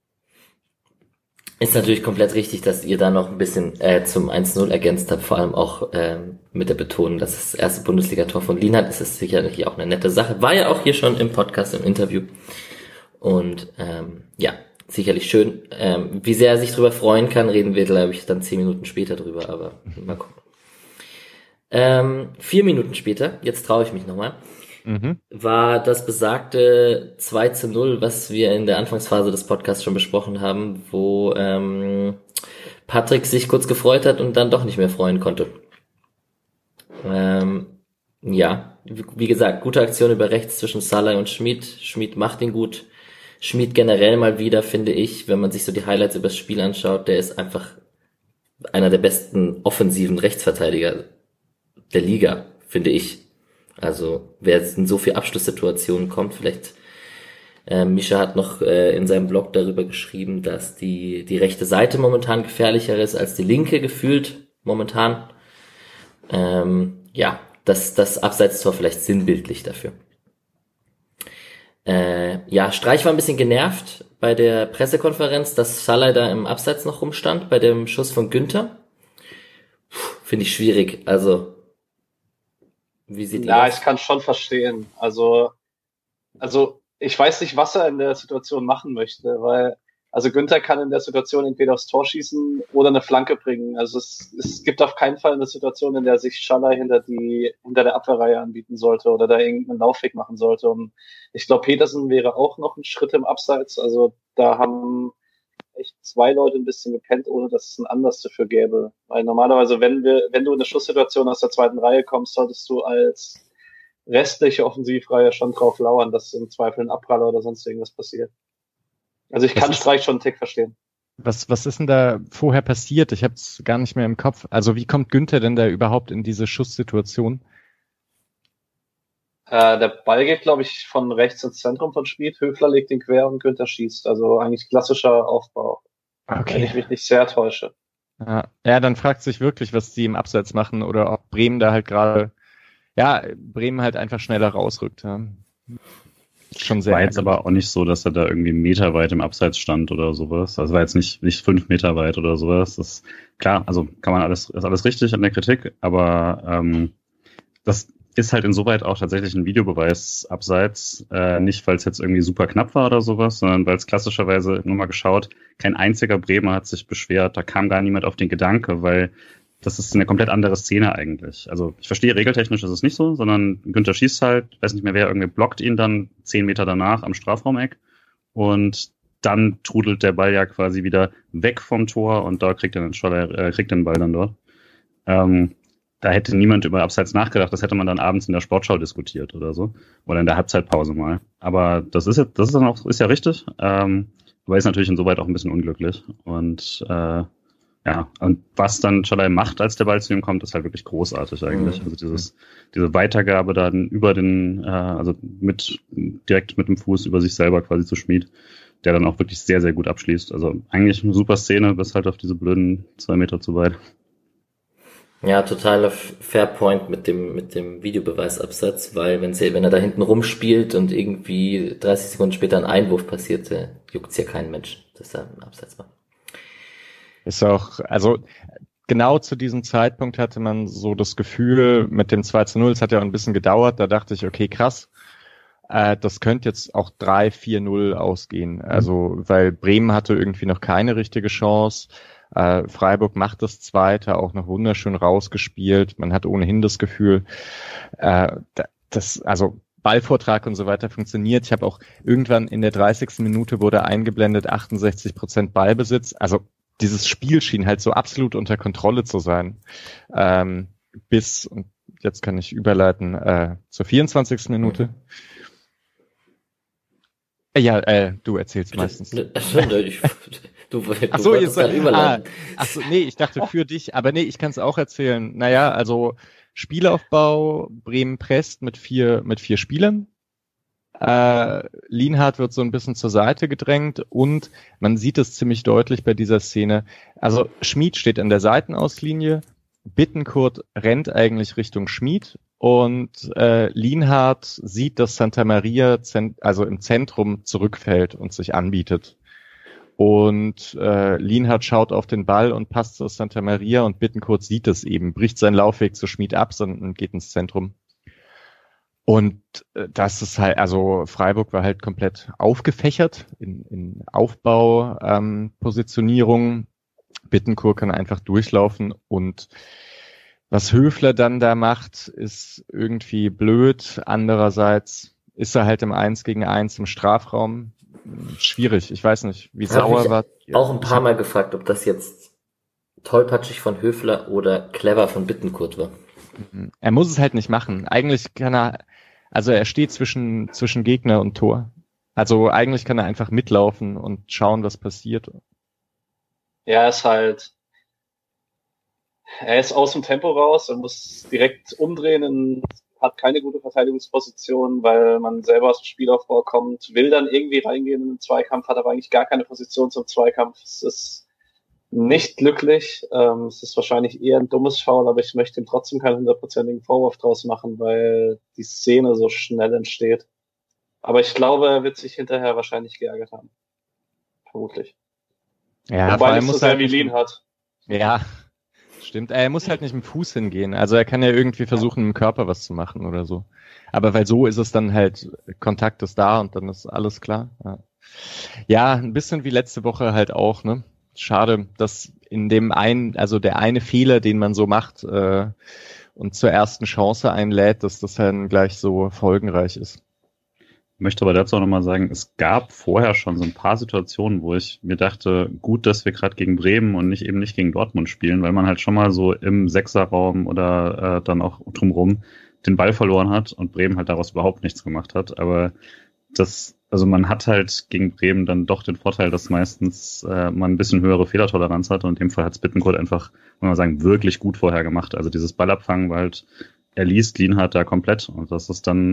S1: Ist natürlich komplett richtig, dass ihr da noch ein bisschen äh, zum eins null ergänzt habt, vor allem auch ähm, mit der Betonung, dass es das erste Bundesligator von Lienhardt ist. Das ist sicherlich auch eine nette Sache. War ja auch hier schon im Podcast, im Interview. Und ähm, ja, sicherlich schön. Ähm, wie sehr er sich drüber freuen kann, reden wir, glaube ich, dann zehn Minuten später drüber, aber mal gucken. Ähm, vier Minuten später, jetzt traue ich mich nochmal, mhm. war das besagte zwei zu null, was wir in der Anfangsphase des Podcasts schon besprochen haben, wo ähm, Patrick sich kurz gefreut hat und dann doch nicht mehr freuen konnte. Ähm, ja, wie gesagt, gute Aktion über rechts zwischen Szalai und Schmid. Schmid macht ihn gut. Schmid generell mal wieder, finde ich, wenn man sich so die Highlights über das Spiel anschaut, der ist einfach einer der besten offensiven Rechtsverteidiger der Liga, finde ich. Also wer in so viel Abschlusssituationen kommt, vielleicht äh, Mischa hat noch äh, in seinem Blog darüber geschrieben, dass die die rechte Seite momentan gefährlicher ist als die linke gefühlt momentan. Ähm, ja, das das Abseitstor vielleicht sinnbildlich dafür. Äh, ja, Streich war ein bisschen genervt bei der Pressekonferenz, dass Szalai da im Abseits noch rumstand, bei dem Schuss von Günther. Finde ich schwierig, also wie sieht ihr
S2: ja,
S1: das?
S2: Ich kann schon verstehen, also also ich weiß nicht, was er in der Situation machen möchte, weil also Günther kann in der Situation entweder aufs Tor schießen oder eine Flanke bringen. Also es, es gibt auf keinen Fall eine Situation, in der sich Szalai hinter die hinter der Abwehrreihe anbieten sollte oder da irgendeinen Laufweg machen sollte. Und ich glaube, Petersen wäre auch noch ein Schritt im Abseits. Also da haben echt zwei Leute ein bisschen gepennt, ohne dass es einen Anlass dafür gäbe. Weil normalerweise, wenn wir, wenn du in eine Schusssituation aus der zweiten Reihe kommst, solltest du als restliche Offensivreihe schon drauf lauern, dass im Zweifel ein Abpraller oder sonst irgendwas passiert. Also ich kann Streich schon einen Tick verstehen.
S4: Was, was ist denn da vorher passiert? Ich habe es gar nicht mehr im Kopf. Also wie kommt Günther denn da überhaupt in diese Schusssituation?
S2: Äh, der Ball geht, glaube ich, von rechts ins Zentrum von Schmid. Höfler legt ihn quer und Günther schießt. Also eigentlich klassischer Aufbau. Okay. Wenn ich mich nicht sehr täusche.
S4: Ja, ja, dann fragt sich wirklich, was die im Abseits machen oder ob Bremen da halt gerade, ja, Bremen halt einfach schneller rausrückt. Ja. Schon sehr.
S3: War jetzt aber auch nicht so, dass er da irgendwie meterweit im Abseits stand oder sowas. Also war jetzt nicht, nicht fünf Meter weit oder sowas. Das ist klar, also kann man alles, ist alles richtig an der Kritik, aber ähm, das ist halt insoweit auch tatsächlich ein Videobeweis abseits, äh, nicht weil es jetzt irgendwie super knapp war oder sowas, sondern weil es klassischerweise, nur mal geschaut, kein einziger Bremer hat sich beschwert, da kam gar niemand auf den Gedanke, weil das ist eine komplett andere Szene eigentlich. Also ich verstehe, regeltechnisch ist es nicht so, sondern Günther schießt halt, weiß nicht mehr wer, irgendwie blockt ihn dann zehn Meter danach am Strafraumeck und dann trudelt der Ball ja quasi wieder weg vom Tor und da kriegt er den, Scholler, äh, kriegt den Ball dann dort. Ähm, Da hätte niemand über Abseits nachgedacht, das hätte man dann abends in der Sportschau diskutiert oder so. Oder in der Halbzeitpause mal. Aber das ist ja, das ist dann auch, ist ja richtig. Ähm, aber ist natürlich insoweit auch ein bisschen unglücklich. Und äh, ja, und was dann Schalai macht, als der Ball zu ihm kommt, ist halt wirklich großartig eigentlich. Mhm. Also dieses, diese Weitergabe dann über den, äh, also mit direkt mit dem Fuß über sich selber quasi zu Schmid, der dann auch wirklich sehr, sehr gut abschließt. Also eigentlich eine super Szene, bis halt auf diese blöden zwei Meter zu weit.
S1: Ja, totaler Fairpoint mit dem mit dem Videobeweisabsatz, weil wenn sie, wenn er da hinten rumspielt und irgendwie dreißig Sekunden später ein Einwurf passiert, juckt's ja keinen Menschen, dass er einen Abseits macht.
S4: Ist auch, also genau zu diesem Zeitpunkt hatte man so das Gefühl, mit dem zwei zu null, es hat ja auch ein bisschen gedauert, da dachte ich, okay, krass, äh, das könnte jetzt auch drei vier null ausgehen. Also, weil Bremen hatte irgendwie noch keine richtige Chance. Äh, Freiburg macht das Zweite auch noch wunderschön rausgespielt. Man hat ohnehin das Gefühl, äh, das, also Ballvortrag und so weiter funktioniert. Ich habe auch irgendwann in der dreißigsten Minute wurde eingeblendet achtundsechzig Prozent Ballbesitz. Also dieses Spiel schien halt so absolut unter Kontrolle zu sein. Ähm, bis, und jetzt kann ich überleiten, äh, zur vierundzwanzigsten Minute. Ja, äh, du erzählst meistens.
S1: Ich, du, du
S4: ach so,
S1: jetzt
S4: dann überleiten. Ah, ach so, nee, ich dachte für dich, aber nee, ich kann es auch erzählen. Naja, also Spielaufbau, Bremen presst mit vier mit vier Spielern. Äh, Lienhardt wird so ein bisschen zur Seite gedrängt und man sieht es ziemlich deutlich bei dieser Szene. Also Schmid steht an der Seitenauslinie, Bittencourt rennt eigentlich Richtung Schmid. Und äh, Lienhardt sieht, dass Santa Maria zent- also im Zentrum zurückfällt und sich anbietet. Und äh, Lienhardt schaut auf den Ball und passt zu Santa Maria und Bittencourt sieht es eben, bricht seinen Laufweg zu Schmid ab und geht ins Zentrum. Und äh, das ist halt, also Freiburg war halt komplett aufgefächert in, in Aufbau, ähm, Positionierung. Bittencourt kann einfach durchlaufen und was Höfler dann da macht, ist irgendwie blöd. Andererseits ist er halt im Eins gegen Eins im Strafraum. Schwierig. Ich weiß nicht, wie sauer war.
S1: Auch ein paar Mal gefragt, ob das jetzt tollpatschig von Höfler oder clever von Bittencourt war.
S4: Er muss es halt nicht machen. Eigentlich kann er, also er steht zwischen, zwischen Gegner und Tor. Also eigentlich kann er einfach mitlaufen und schauen, was passiert.
S2: Ja, er ist halt, Er ist aus dem Tempo raus, er muss direkt umdrehen, und hat keine gute Verteidigungsposition, weil man selber aus dem Spielaufbau kommt, will dann irgendwie reingehen in den Zweikampf, hat aber eigentlich gar keine Position zum Zweikampf. Es ist nicht glücklich, ähm, es ist wahrscheinlich eher ein dummes Foul, aber ich möchte ihm trotzdem keinen hundertprozentigen Vorwurf draus machen, weil die Szene so schnell entsteht. Aber ich glaube, er wird sich hinterher wahrscheinlich geärgert haben. Vermutlich.
S4: Ja,
S2: Wobei nicht so sehr wie Lienhardt.
S4: Ja, stimmt. Er muss halt nicht mit dem Fuß hingehen. Also er kann ja irgendwie versuchen, mit dem Körper was zu machen oder so. Aber weil so ist es dann halt, Kontakt ist da und dann ist alles klar. Ja, ja, ein bisschen wie letzte Woche halt auch, ne? Schade, dass in dem einen, also der eine Fehler, den man so macht äh, und zur ersten Chance einlädt, dass das dann gleich so folgenreich ist.
S3: Ich möchte aber dazu auch nochmal sagen, es gab vorher schon so ein paar Situationen, wo ich mir dachte, gut, dass wir gerade gegen Bremen und nicht eben nicht gegen Dortmund spielen, weil man halt schon mal so im Sechserraum oder äh, dann auch drumherum den Ball verloren hat und Bremen halt daraus überhaupt nichts gemacht hat. Aber das, also man hat halt gegen Bremen dann doch den Vorteil, dass meistens äh, man ein bisschen höhere Fehlertoleranz hat und in dem Fall hat es Bittencourt einfach, muss man sagen, wirklich gut vorher gemacht. Also dieses Ballabfangen war halt, er liest Lienhardt da komplett und das ist dann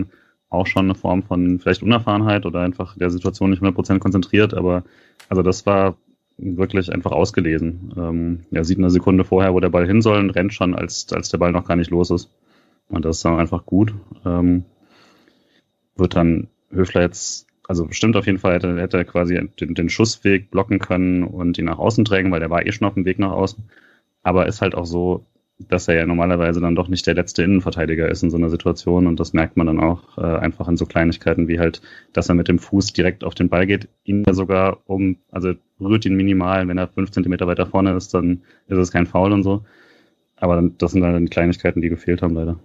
S3: auch schon eine Form von vielleicht Unerfahrenheit oder einfach der Situation nicht hundert Prozent konzentriert, aber also das war wirklich einfach ausgelesen. Ähm, er sieht eine Sekunde vorher, wo der Ball hin soll und rennt schon, als, als der Ball noch gar nicht los ist. Und das ist dann einfach gut. Ähm, wird dann Höfler jetzt, also stimmt auf jeden Fall, hätte, hätte er quasi den, den Schussweg blocken können und ihn nach außen drängen, weil der war eh schon auf dem Weg nach außen. Aber ist halt auch so, dass er ja normalerweise dann doch nicht der letzte Innenverteidiger ist in so einer Situation und das merkt man dann auch äh, einfach in so Kleinigkeiten wie halt, dass er mit dem Fuß direkt auf den Ball geht, ihn ja sogar um, also berührt ihn minimal, wenn er fünf Zentimeter weiter vorne ist, dann ist es kein Foul und so. Aber dann, das sind dann die Kleinigkeiten, die gefehlt haben leider.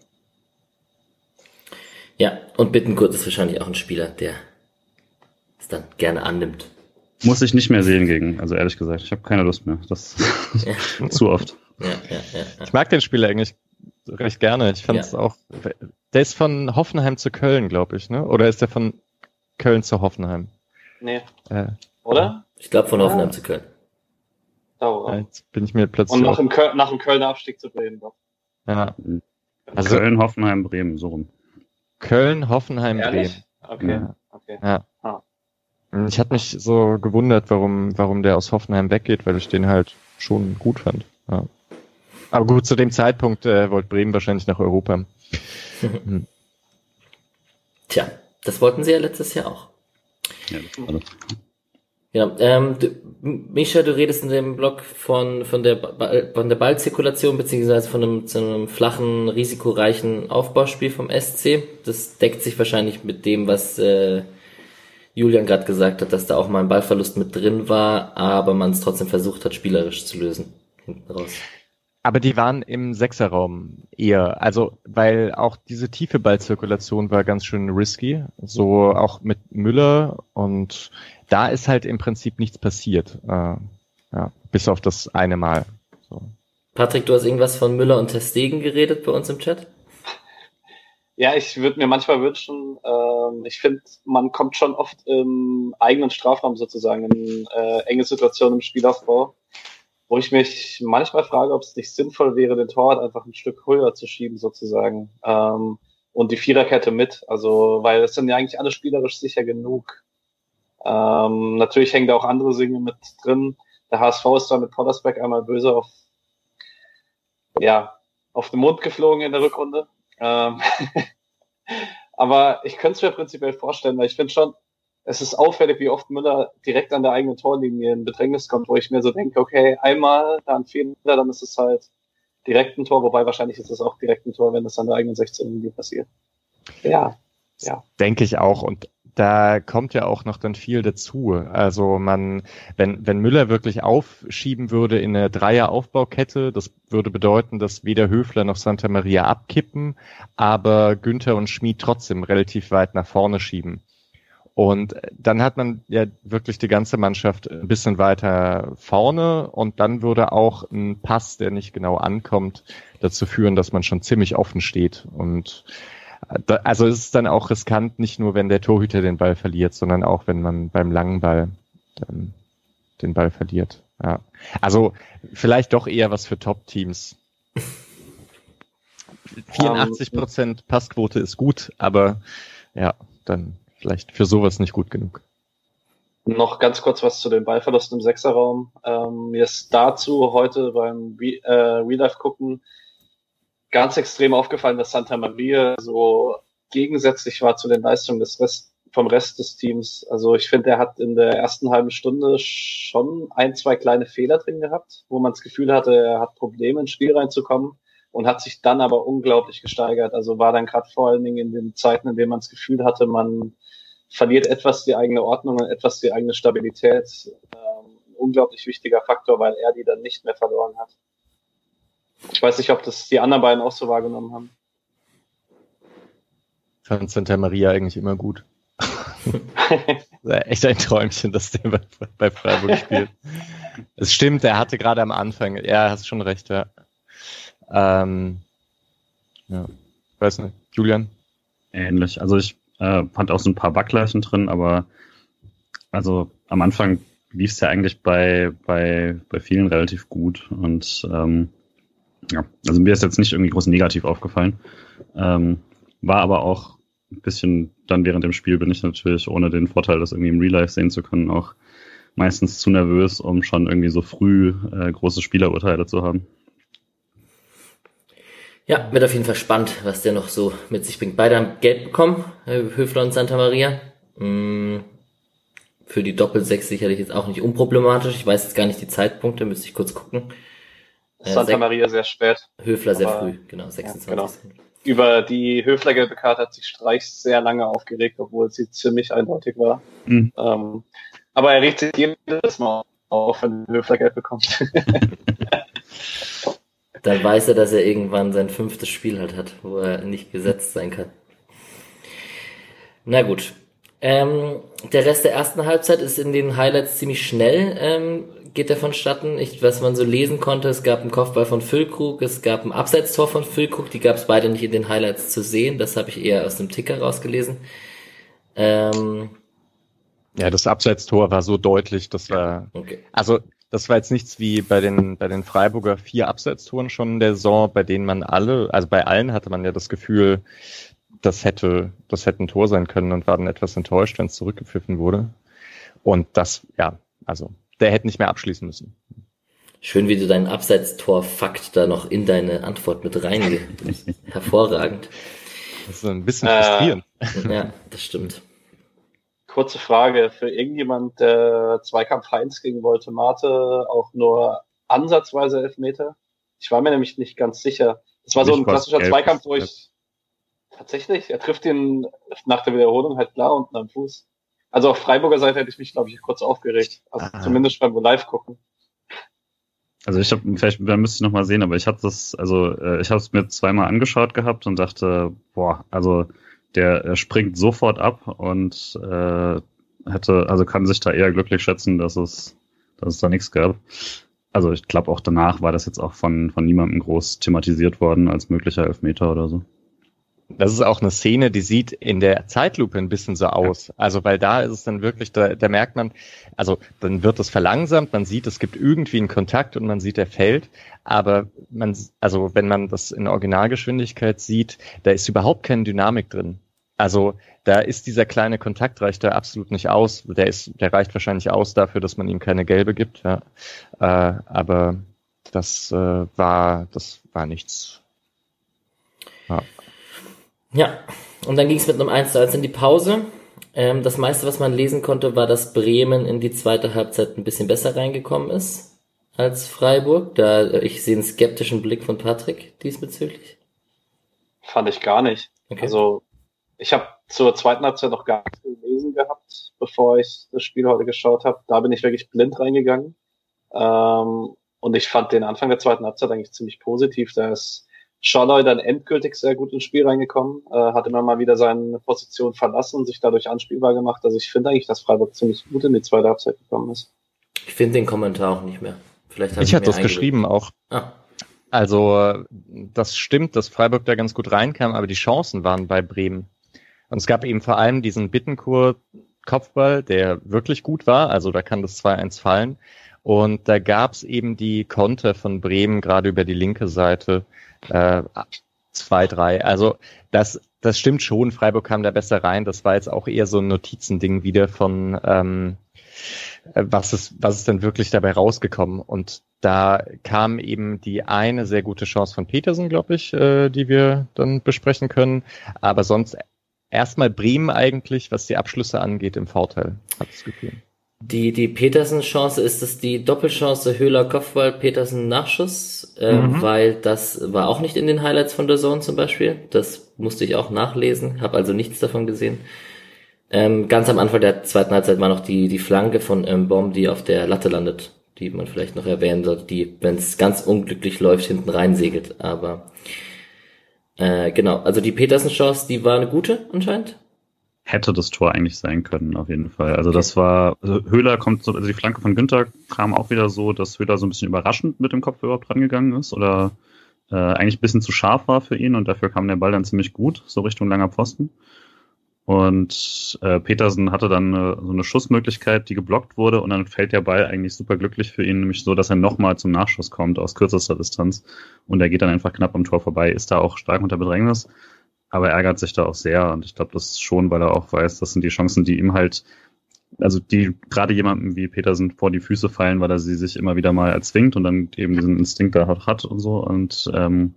S1: Ja, und Bittencourt ist wahrscheinlich auch ein Spieler, der es dann gerne annimmt.
S3: Muss ich nicht mehr sehen gegen, also ehrlich gesagt, ich habe keine Lust mehr. Das ja. Zu oft.
S1: Ja, ja, ja, ja.
S4: Ich mag den Spieler eigentlich recht gerne. Ich fand es ja. auch. Der ist von Hoffenheim zu Köln, glaube ich, ne? Oder ist der von Köln zu Hoffenheim?
S2: Nee.
S4: Äh,
S2: Oder?
S1: Ich glaube von Hoffenheim
S2: ah.
S1: zu Köln.
S2: Oh,
S4: ja, jetzt bin ich mir plötzlich.
S2: Und nach dem, Köl- nach dem Kölner Abstieg zu Bremen doch.
S3: Ja. Also Köln, Hoffenheim, Bremen, so rum.
S4: Köln, Hoffenheim,
S2: Ehrlich?
S4: Bremen.
S2: Okay.
S4: Ja.
S2: okay.
S4: Ja.
S2: Ah.
S4: Ich hatte mich so gewundert, warum, warum der aus Hoffenheim weggeht, weil ich den halt schon gut fand. Ja. Aber gut, zu dem Zeitpunkt äh, wollte Bremen wahrscheinlich nach Europa.
S1: hm. Tja, das wollten sie ja letztes Jahr auch.
S3: Ja, das war das.
S1: Ja, ähm, du, Mischa, du redest in dem Blog von von der Ball, von der Ballzirkulation beziehungsweise von einem, zu einem flachen, risikoreichen Aufbauspiel vom S C. Das deckt sich wahrscheinlich mit dem, was äh, Julian gerade gesagt hat, dass da auch mal ein Ballverlust mit drin war, aber man es trotzdem versucht hat, spielerisch zu lösen hinten raus.
S4: Aber die waren im Sechserraum eher, also weil auch diese tiefe Ballzirkulation war ganz schön risky, so auch mit Müller und da ist halt im Prinzip nichts passiert, äh, ja, bis auf das eine Mal. So.
S1: Patrick, du hast irgendwas von Müller und Ter Stegen geredet bei uns im Chat?
S2: Ja, ich würde mir manchmal wünschen, ähm, ich finde, man kommt schon oft im eigenen Strafraum sozusagen in äh, enge Situationen im Spielaufbau, wo ich mich manchmal frage, ob es nicht sinnvoll wäre, den Torwart einfach ein Stück höher zu schieben sozusagen ähm, und die Viererkette mit, also weil es sind ja eigentlich alle spielerisch sicher genug. Ähm, natürlich hängen da auch andere Dinge mit drin. Der H S V ist da mit Poddersbeck einmal böse auf ja auf den Mund geflogen in der Rückrunde. Ähm aber ich könnte es mir prinzipiell vorstellen, weil ich finde schon, es ist auffällig, wie oft Müller direkt an der eigenen Torlinie in Bedrängnis kommt, wo ich mir so denke, okay, einmal da ein Fehler, dann ist es halt direkt ein Tor, wobei wahrscheinlich ist es auch direkt ein Tor, wenn es an der eigenen sechzehn-Linie passiert. Ja, ja.
S4: Denke ich auch und da kommt ja auch noch dann viel dazu. Also man, wenn, wenn Müller wirklich aufschieben würde in eine Dreier-Aufbaukette, das würde bedeuten, dass weder Höfler noch Santa Maria abkippen, aber Günther und Schmid trotzdem relativ weit nach vorne schieben. Und dann hat man ja wirklich die ganze Mannschaft ein bisschen weiter vorne und dann würde auch ein Pass, der nicht genau ankommt, dazu führen, dass man schon ziemlich offen steht. Und da, also es ist dann auch riskant, nicht nur wenn der Torhüter den Ball verliert, sondern auch wenn man beim langen Ball dann den Ball verliert. Ja. Also vielleicht doch eher was für Top-Teams. vierundachtzig Prozent Passquote ist gut, aber ja, dann vielleicht für sowas nicht gut genug.
S2: Noch ganz kurz was zu den Ballverlusten im Sechserraum. Ähm, mir ist dazu heute beim Re- äh, Real-Life gucken ganz extrem aufgefallen, dass Santa Maria so gegensätzlich war zu den Leistungen des Rest, vom Rest des Teams. Also ich finde, er hat in der ersten halben Stunde schon ein, zwei kleine Fehler drin gehabt, wo man das Gefühl hatte, er hat Probleme ins Spiel reinzukommen und hat sich dann aber unglaublich gesteigert. Also war dann gerade vor allen Dingen in den Zeiten, in denen man das Gefühl hatte, man verliert etwas die eigene Ordnung und etwas die eigene Stabilität. Ähm, ein unglaublich wichtiger Faktor, weil er die dann nicht mehr verloren hat. Ich weiß nicht, ob das die anderen beiden auch so wahrgenommen haben.
S4: Ich fand Santa Maria eigentlich immer gut. Echt ein Träumchen, dass der bei, bei Freiburg spielt. Es stimmt, er hatte gerade am Anfang, ja, hast schon recht, ja. Ähm, ja, weiß nicht, Julian?
S3: Ähnlich, also ich äh, fand auch so ein paar Wacklerchen drin, aber also am Anfang lief es ja eigentlich bei, bei, bei vielen relativ gut und ähm, ja, also mir ist jetzt nicht irgendwie groß negativ aufgefallen. Ähm, war aber auch ein bisschen dann während dem Spiel bin ich natürlich, ohne den Vorteil, das irgendwie im Real Life sehen zu können, auch meistens zu nervös, um schon irgendwie so früh äh, große Spielerurteile zu haben.
S1: Ja, wird auf jeden Fall spannend, was der noch so mit sich bringt. Beide haben Geld bekommen, Höfler und Santa Maria. Für die Doppel-Sechs sicherlich jetzt auch nicht unproblematisch. Ich weiß jetzt gar nicht die Zeitpunkte, müsste ich kurz gucken.
S2: Santa äh, Maria sehr spät.
S1: Höfler sehr früh, genau, sechsundzwanzig. Ja, genau.
S2: Über die Höfler-gelbe Karte hat sich Streich sehr lange aufgeregt, obwohl sie ziemlich eindeutig war. Mhm. Ähm, aber er regt sich jedes Mal auf, wenn Höfler gelb bekommt.
S1: Dann weiß er, dass er irgendwann sein fünftes Spiel halt hat, wo er nicht gesetzt sein kann. Na gut. Ähm, der Rest der ersten Halbzeit ist in den Highlights ziemlich schnell, ähm, geht er vonstatten. Ich, was man so lesen konnte, es gab einen Kopfball von Füllkrug, es gab ein Abseitstor von Füllkrug, die gab es beide nicht in den Highlights zu sehen. Das habe ich eher aus dem Ticker rausgelesen. Ähm,
S4: ja, das Abseitstor war so deutlich, dass war,
S1: okay.
S4: also das war jetzt nichts wie bei den bei den Freiburger vier Abseitstoren schon in der Saison, bei denen man alle, also bei allen hatte man ja das Gefühl, das hätte das hätte ein Tor sein können und war dann etwas enttäuscht, wenn es zurückgepfiffen wurde. Und das, ja, also der hätte nicht mehr abschließen müssen.
S1: Schön, wie du deinen Abseitstor-Fakt da noch in deine Antwort mit reingehst. Hervorragend.
S4: Das ist ein bisschen frustrierend.
S1: Äh, ja, das stimmt.
S2: Kurze Frage für irgendjemand, der Zweikampf Heinz gegen Woltemate auch nur ansatzweise Elfmeter? Ich war mir nämlich nicht ganz sicher. Das war so ein klassischer Zweikampf, wo ich tatsächlich, er trifft ihn nach der Wiederholung halt klar unten am Fuß. Also auf Freiburger Seite hätte ich mich, glaube ich, kurz aufgeregt. Also Aha. zumindest beim Live gucken.
S3: Also ich habe, vielleicht da müsste ich noch mal sehen, aber ich habe das, also äh, ich habe es mir zweimal angeschaut gehabt und dachte, boah, also der er springt sofort ab und äh, hätte, also kann sich da eher glücklich schätzen, dass es, dass es da nichts gab. Also ich glaube auch danach war das jetzt auch von von niemandem groß thematisiert worden als möglicher Elfmeter oder so.
S4: Das ist auch eine Szene, die sieht in der Zeitlupe ein bisschen so aus. Also weil da ist es dann wirklich, da, da merkt man, also dann wird es verlangsamt, man sieht, es gibt irgendwie einen Kontakt und man sieht, er fällt. Aber man, also wenn man das in Originalgeschwindigkeit sieht, da ist überhaupt keine Dynamik drin. Also da ist dieser kleine Kontakt, reicht da absolut nicht aus. Der ist, der reicht wahrscheinlich aus dafür, dass man ihm keine gelbe gibt. Ja. Äh, aber das äh, war, das war nichts.
S1: Ja. Ja, und dann ging es mit einem eins zu eins in die Pause. Ähm, das meiste, was man lesen konnte, war, dass Bremen in die zweite Halbzeit ein bisschen besser reingekommen ist als Freiburg. Da ich sehe einen skeptischen Blick von Patrick diesbezüglich.
S2: Fand ich gar nicht. Okay. Also ich habe zur zweiten Halbzeit noch gar nichts gelesen gehabt, bevor ich das Spiel heute geschaut habe. Da bin ich wirklich blind reingegangen. Ähm, und ich fand den Anfang der zweiten Halbzeit eigentlich ziemlich positiv. Da ist Scholloy dann endgültig sehr gut ins Spiel reingekommen, äh, hat immer mal wieder seine Position verlassen und sich dadurch anspielbar gemacht. Also ich finde eigentlich, dass Freiburg ziemlich gut in die zweite Halbzeit gekommen ist.
S1: Ich finde den Kommentar auch nicht mehr. Vielleicht
S4: ich hatte das geschrieben auch. Ah. Also das stimmt, dass Freiburg da ganz gut reinkam, aber die Chancen waren bei Bremen. Und es gab eben vor allem diesen Bittencourt-Kopfball, der wirklich gut war. Also da kann das zwei eins fallen. Und da gab's eben die Konter von Bremen gerade über die linke Seite. Äh, zwei, drei. Also das das stimmt schon, Freiburg kam da besser rein. Das war jetzt auch eher so ein Notizending wieder von ähm, was ist was ist denn wirklich dabei rausgekommen. Und da kam eben die eine sehr gute Chance von Petersen, glaube ich, äh, die wir dann besprechen können. Aber sonst erstmal Bremen eigentlich, was die Abschlüsse angeht, im Vorteil, hat das Gefühl.
S1: Die, die Petersen-Chance, ist es die Doppelchance Höhler Kopfball, Petersen Nachschuss, äh, mhm. weil das war auch nicht in den Highlights von der Zone zum Beispiel. Das musste ich auch nachlesen, habe also nichts davon gesehen. Ähm, ganz am Anfang der zweiten Halbzeit war noch die, die Flanke von ähm, Bomb, die auf der Latte landet, die man vielleicht noch erwähnen sollte, die, wenn es ganz unglücklich läuft, hinten reinsegelt. Aber äh, genau, also die Petersen-Chance, die war eine gute anscheinend.
S3: Hätte das Tor eigentlich sein können, auf jeden Fall. Also das war, also Höhler kommt so, also die Flanke von Günther kam auch wieder so, dass Höhler so ein bisschen überraschend mit dem Kopf überhaupt rangegangen ist oder äh, eigentlich ein bisschen zu scharf war für ihn und dafür kam der Ball dann ziemlich gut, so Richtung langer Pfosten. Und äh, Petersen hatte dann äh, so eine Schussmöglichkeit, die geblockt wurde und dann fällt der Ball eigentlich super glücklich für ihn, nämlich so, dass er nochmal zum Nachschuss kommt aus kürzester Distanz und er geht dann einfach knapp am Tor vorbei, ist da auch stark unter Bedrängnis. aber er ärgert sich da auch sehr und ich glaube, das ist schon, weil er auch weiß, das sind die Chancen, die ihm halt, also die gerade jemandem wie Petersen vor die Füße fallen, weil er sie sich immer wieder mal erzwingt und dann eben diesen Instinkt da hat und so und ähm,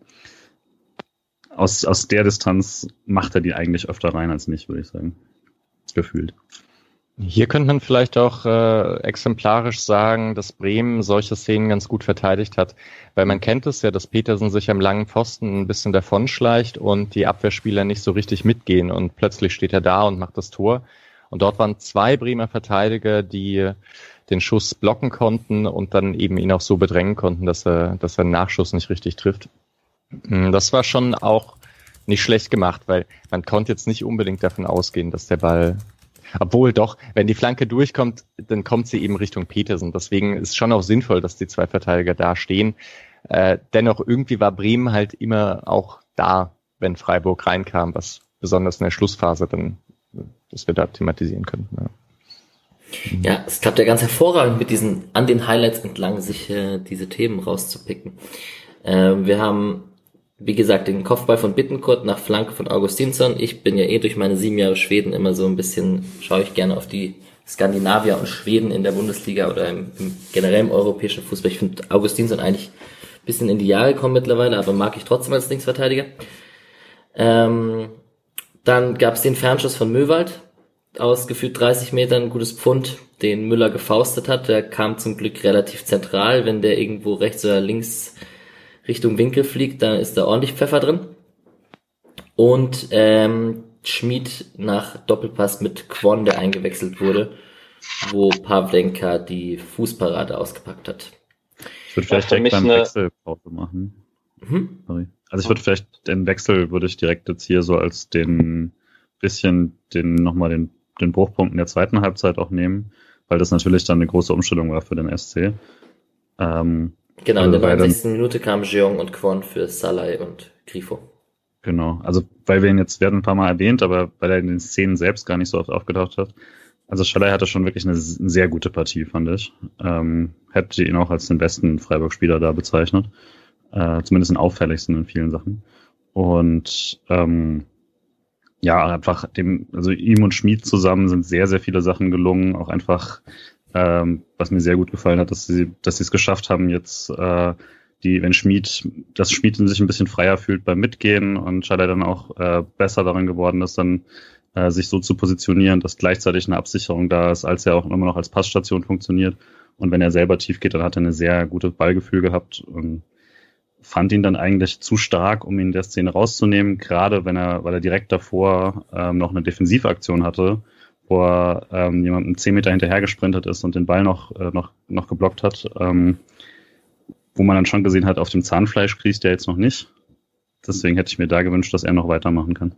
S3: aus, aus der Distanz macht er die eigentlich öfter rein als nicht, würde ich sagen. Gefühlt.
S4: Hier könnte man vielleicht auch äh, exemplarisch sagen, dass Bremen solche Szenen ganz gut verteidigt hat, weil man kennt es ja, dass Petersen sich am langen Pfosten ein bisschen davonschleicht und die Abwehrspieler nicht so richtig mitgehen und plötzlich steht er da und macht das Tor. Und dort waren zwei Bremer Verteidiger, die den Schuss blocken konnten und dann eben ihn auch so bedrängen konnten, dass er, dass er einen Nachschuss nicht richtig trifft. Das war schon auch nicht schlecht gemacht, weil man konnte jetzt nicht unbedingt davon ausgehen, dass der Ball, obwohl doch, wenn die Flanke durchkommt, dann kommt sie eben Richtung Petersen. Deswegen ist schon auch sinnvoll, dass die zwei Verteidiger da stehen. Äh, dennoch irgendwie war Bremen halt immer auch da, wenn Freiburg reinkam, was besonders in der Schlussphase dann, dass wir da thematisieren könnten.
S1: Ja. Ja, es klappt ja ganz hervorragend mit diesen, an den Highlights entlang sich äh, diese Themen rauszupicken. Ähm, wir haben, wie gesagt, den Kopfball von Bittencourt nach Flanke von Augustinsson. Ich bin ja eh durch meine sieben Jahre Schweden immer so ein bisschen, schaue ich gerne auf die Skandinavier und Schweden in der Bundesliga oder im, im generellen europäischen Fußball. Ich finde Augustinsson eigentlich ein bisschen in die Jahre gekommen mittlerweile, aber mag ich trotzdem als Linksverteidiger. Ähm, dann gab es den Fernschuss von Möwald aus gefühlt dreißig Metern, ein gutes Pfund, den Müller gefaustet hat. Der kam zum Glück relativ zentral. Wenn der irgendwo rechts oder links Richtung Winkel fliegt, dann ist da ordentlich Pfeffer drin. Und ähm, Schmid nach Doppelpass mit Kwon, der eingewechselt wurde, wo Pavlenka die Fußparade ausgepackt hat.
S3: Ich würde vielleicht direkt beim Wechsel Pause machen. Mhm. Sorry. Also ich würde vielleicht den Wechsel würde ich direkt jetzt hier so als den bisschen den nochmal den den Bruchpunkt in der zweiten Halbzeit auch nehmen, weil das natürlich dann eine große Umstellung war für den S C. Ähm,
S1: Genau, in der neunzigsten Minute kamen Jeong und Kwon für Salai und Grifo.
S3: Genau, also weil wir ihn jetzt, werden ein paar Mal erwähnt, aber weil er in den Szenen selbst gar nicht so oft aufgetaucht hat. Also Salai hatte schon wirklich eine, eine sehr gute Partie, fand ich. Ähm, hätte ihn auch als den besten Freiburg-Spieler da bezeichnet. Äh, zumindest den auffälligsten in vielen Sachen. Und ähm, ja, einfach dem, also ihm und Schmid zusammen sind sehr, sehr viele Sachen gelungen, auch einfach Ähm, was mir sehr gut gefallen hat, dass sie, dass sie es geschafft haben, jetzt äh, die, wenn Schmid, dass Schmid sich ein bisschen freier fühlt beim Mitgehen und Schalai dann auch äh, besser darin geworden ist, dann äh, sich so zu positionieren, dass gleichzeitig eine Absicherung da ist, als er auch immer noch als Passstation funktioniert. Und wenn er selber tief geht, dann hat er eine sehr gute Ballgefühl gehabt und fand ihn dann eigentlich zu stark, um ihn in der Szene rauszunehmen, gerade wenn er, weil er direkt davor ähm, noch eine Defensivaktion hatte, wo er ähm, jemandem zehn Meter hinterher gesprintet ist und den Ball noch äh, noch noch geblockt hat, ähm, wo man dann schon gesehen hat, auf dem Zahnfleisch kriecht er jetzt noch nicht. Deswegen hätte ich mir da gewünscht, dass er noch weitermachen kann.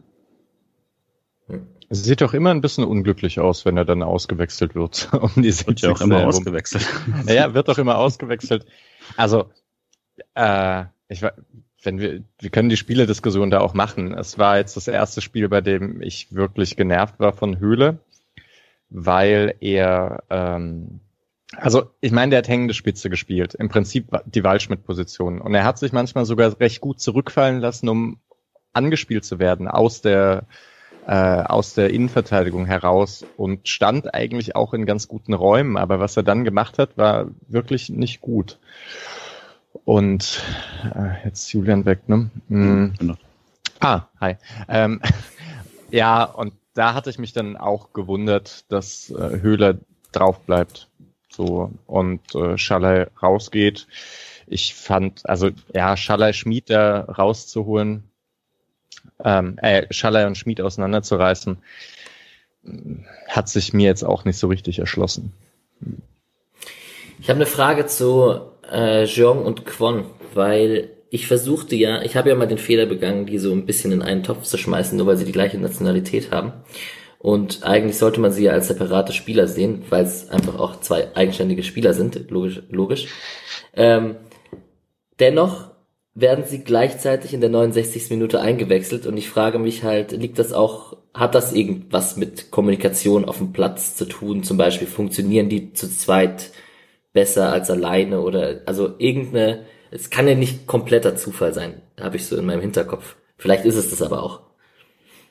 S4: Es sieht doch immer ein bisschen unglücklich aus, wenn er dann ausgewechselt wird. Um die
S3: wird ja auch immer ausgewechselt.
S4: Ja, wird doch immer ausgewechselt. Also, äh, ich war, wenn wir, wir können die Spielerdiskussion da auch machen. Es war jetzt das erste Spiel, bei dem ich wirklich genervt war von Höhle, weil er, ähm, also ich meine, der hat hängende Spitze gespielt, im Prinzip die Waldschmidt-Position. Und er hat sich manchmal sogar recht gut zurückfallen lassen, um angespielt zu werden aus der äh, aus der Innenverteidigung heraus und stand eigentlich auch in ganz guten Räumen. Aber was er dann gemacht hat, war wirklich nicht gut. Und äh, jetzt Julian weg, ne? Mhm. Genau. Ah, hi. Ähm, ja, und da hatte ich mich dann auch gewundert, dass äh, Höhler drauf bleibt. So, und äh, Schalai rausgeht. Ich fand, also ja, Schalai Schmid da rauszuholen, ähm, äh, Schalai und Schmid auseinanderzureißen, hat sich mir jetzt auch nicht so richtig erschlossen.
S1: Ich habe eine Frage zu äh, Jeong und Kwon, weil ich versuchte ja, ich habe ja mal den Fehler begangen, die so ein bisschen in einen Topf zu schmeißen, nur weil sie die gleiche Nationalität haben. Und eigentlich sollte man sie ja als separate Spieler sehen, weil es einfach auch zwei eigenständige Spieler sind, logisch. logisch. Ähm, dennoch werden sie gleichzeitig in der neunundsechzigsten Minute eingewechselt und ich frage mich halt, liegt das auch, hat das irgendwas mit Kommunikation auf dem Platz zu tun? Zum Beispiel funktionieren die zu zweit besser als alleine oder, also irgendeine, es kann ja nicht kompletter Zufall sein, habe ich so in meinem Hinterkopf. Vielleicht ist es das aber auch.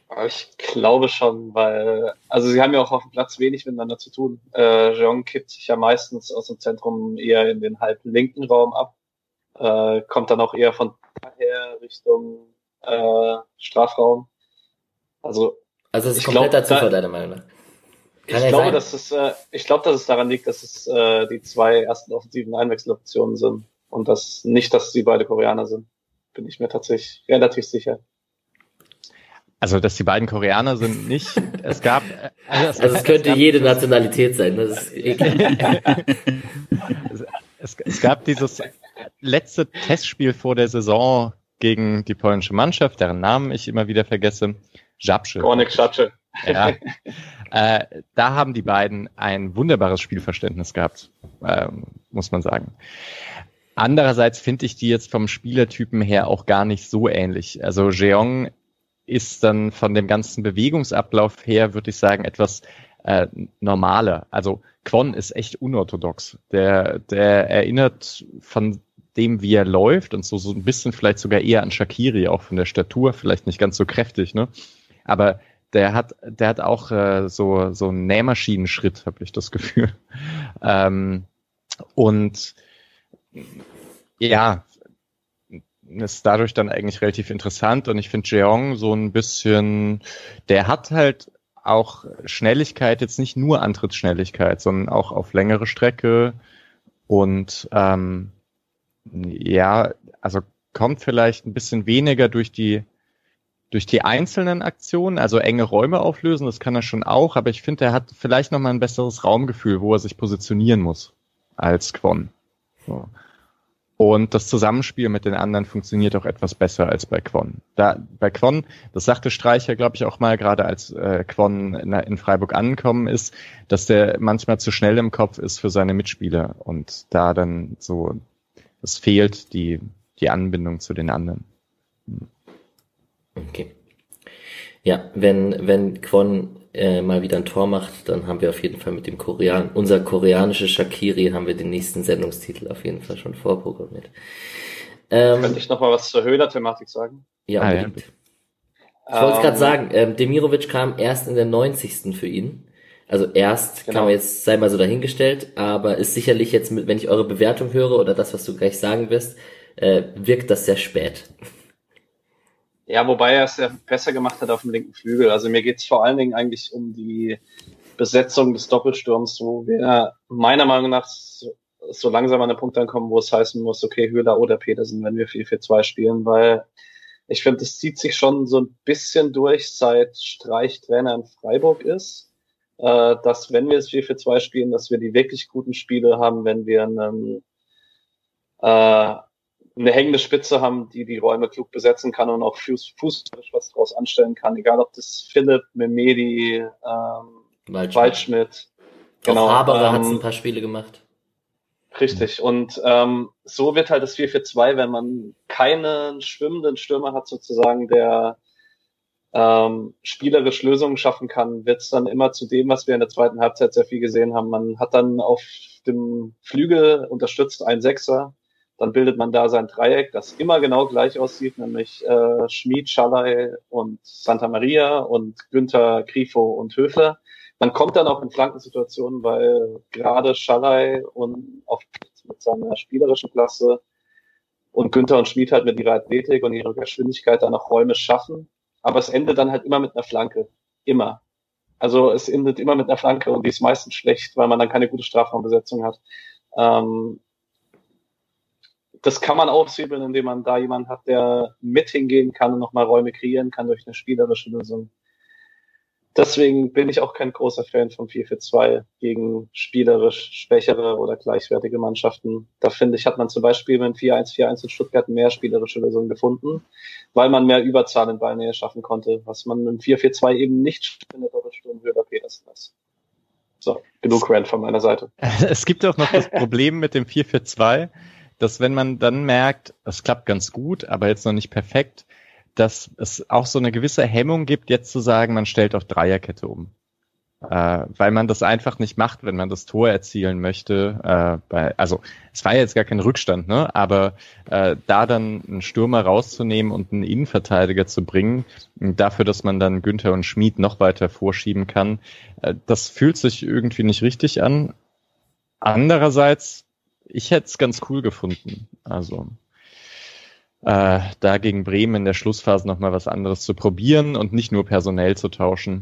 S2: Ich glaube schon, weil, also sie haben ja auch auf dem Platz wenig miteinander zu tun. Äh, Jeong kippt sich ja meistens aus dem Zentrum eher in den halb linken Raum ab, äh, kommt dann auch eher von daher Richtung äh, Strafraum. Also,
S1: Also es ist
S2: ich
S1: kompletter
S2: glaub,
S1: Zufall,
S2: da,
S1: deiner Meinung nach. Kann
S2: ich
S1: ja
S2: glaube,
S1: sein.
S2: dass es, äh, ich glaube, dass es daran liegt, dass es äh, die zwei ersten offensiven Einwechseloptionen sind und dass nicht, dass sie beide Koreaner sind. Bin ich mir tatsächlich relativ sicher.
S4: Also, dass die beiden Koreaner sind, nicht. Es gab.
S1: Also, also es könnte es jede Nationalität sein. Das ist
S4: es, es, es gab dieses letzte Testspiel vor der Saison gegen die polnische Mannschaft, deren Namen ich immer wieder vergesse. Żabcze.
S2: Kornek Żabcze.
S4: Ja. äh, da haben die beiden ein wunderbares Spielverständnis gehabt, äh, muss man sagen. Andererseits finde ich die jetzt vom Spielertypen her auch gar nicht so ähnlich. Also Jeong ist dann von dem ganzen Bewegungsablauf her, würde ich sagen, etwas äh, normaler. Also Kwon ist echt unorthodox. Der, der erinnert von dem, wie er läuft und so, so ein bisschen vielleicht sogar eher an Shaqiri, auch von der Statur, vielleicht nicht ganz so kräftig, ne? Aber der hat, der hat auch äh, so, so einen Nähmaschinenschritt, habe ich das Gefühl. Ähm, und ja, ist dadurch dann eigentlich relativ interessant und ich finde Jeong so ein bisschen, der hat halt auch Schnelligkeit, jetzt nicht nur Antrittsschnelligkeit, sondern auch auf längere Strecke und ähm, ja, also kommt vielleicht ein bisschen weniger durch die durch die einzelnen Aktionen, also enge Räume auflösen, das kann er schon auch, aber ich finde, er hat vielleicht nochmal ein besseres Raumgefühl, wo er sich positionieren muss als Kwon. So. Und das Zusammenspiel mit den anderen funktioniert auch etwas besser als bei Kwon. Da, bei Kwon, das sagte Streicher, glaube ich, auch mal, gerade als äh, Kwon in, in Freiburg angekommen ist, dass der manchmal zu schnell im Kopf ist für seine Mitspieler und da dann so, es fehlt die, die Anbindung zu den anderen. Hm.
S1: Okay. Ja, wenn, wenn Kwon äh, mal wieder ein Tor macht, dann haben wir auf jeden Fall mit dem Korean, unser koreanische Shaqiri, haben wir den nächsten Sendungstitel auf jeden Fall schon vorprogrammiert.
S2: Ähm, Könnte ich noch mal was zur Höhler-Thematik sagen?
S1: Ja, unbedingt. Ah, ja. Ich wollte es gerade um, sagen, ähm, Demirovic kam erst in der neunzigsten für ihn. Also erst, genau. Kann man jetzt, sei mal so dahingestellt, aber ist sicherlich jetzt, mit, wenn ich eure Bewertung höre oder das, was du gleich sagen wirst, äh, wirkt das sehr spät.
S2: Ja, wobei er es ja besser gemacht hat auf dem linken Flügel. Also mir geht's vor allen Dingen eigentlich um die Besetzung des Doppelsturms, wo wir meiner Meinung nach so, so langsam an den Punkt ankommen, wo es heißen muss, okay, Höhler oder Petersen, wenn wir vier vier zwei spielen, weil ich finde, es zieht sich schon so ein bisschen durch, seit Streich Trainer in Freiburg ist, äh, dass wenn wir das vier vier zwei spielen, dass wir die wirklich guten Spiele haben, wenn wir einen äh, eine hängende Spitze haben, die die Räume klug besetzen kann und auch fuß, fußballerisch was draus anstellen kann, egal ob das Philipp, Memedi, ähm, Waldschmidt, Waldschmidt.
S1: Genau. Auch Haberer ähm, hat ein paar Spiele gemacht.
S2: Richtig. Und ähm, so wird halt das vier vier zwei, wenn man keinen schwimmenden Stürmer hat sozusagen, der ähm, spielerisch Lösungen schaffen kann, wird es dann immer zu dem, was wir in der zweiten Halbzeit sehr viel gesehen haben. Man hat dann auf dem Flügel unterstützt einen Sechser, dann bildet man da sein Dreieck, das immer genau gleich aussieht, nämlich äh, Schmid, Schalay und Santa Maria und Günther, Grifo und Höfler. Man kommt dann auch in Flankensituationen, weil gerade Schalay und auch mit seiner spielerischen Klasse und Günther und Schmid halt mit ihrer Athletik und ihrer Geschwindigkeit dann auch Räume schaffen. Aber es endet dann halt immer mit einer Flanke. Immer. Also es endet immer mit einer Flanke und die ist meistens schlecht, weil man dann keine gute Strafraumbesetzung hat. Ähm, Das kann man aushebeln, indem man da jemanden hat, der mit hingehen kann und nochmal Räume kreieren kann durch eine spielerische Lösung. Deswegen bin ich auch kein großer Fan von vier vier zwei gegen spielerisch schwächere oder gleichwertige Mannschaften. Da finde ich, hat man zum Beispiel mit vier eins vier eins in Stuttgart mehr spielerische Lösungen gefunden, weil man mehr Überzahl in Ballnähe schaffen konnte, was man im vier vier zwei eben nicht in der Doppelsturm Höhler Petersen ist. So, genug Rant von meiner Seite.
S4: Es gibt auch noch das Problem mit dem vier vier zwei, dass wenn man dann merkt, es klappt ganz gut, aber jetzt noch nicht perfekt, dass es auch so eine gewisse Hemmung gibt, jetzt zu sagen, man stellt auf Dreierkette um. Äh, weil man das einfach nicht macht, wenn man das Tor erzielen möchte. Äh, bei, also es war ja jetzt gar kein Rückstand, ne? Aber äh, da dann einen Stürmer rauszunehmen und einen Innenverteidiger zu bringen, dafür, dass man dann Günther und Schmid noch weiter vorschieben kann, äh, das fühlt sich irgendwie nicht richtig an. Andererseits, ich hätte es ganz cool gefunden. Also äh, da gegen Bremen in der Schlussphase nochmal was anderes zu probieren und nicht nur personell zu tauschen.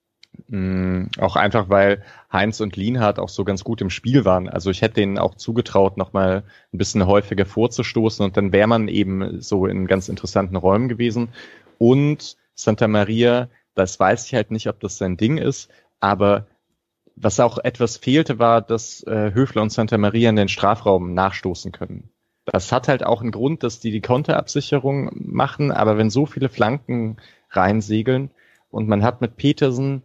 S4: Mm, auch einfach, weil Heinz und Lienhardt auch so ganz gut im Spiel waren. Also ich hätte denen auch zugetraut, nochmal ein bisschen häufiger vorzustoßen und dann wäre man eben so in ganz interessanten Räumen gewesen. Und Santa Maria, das weiß ich halt nicht, ob das sein Ding ist, aber was auch etwas fehlte, war, dass äh, Höfler und Santa Maria in den Strafraum nachstoßen können. Das hat halt auch einen Grund, dass die die Konterabsicherung machen, aber wenn so viele Flanken reinsegeln und man hat mit Petersen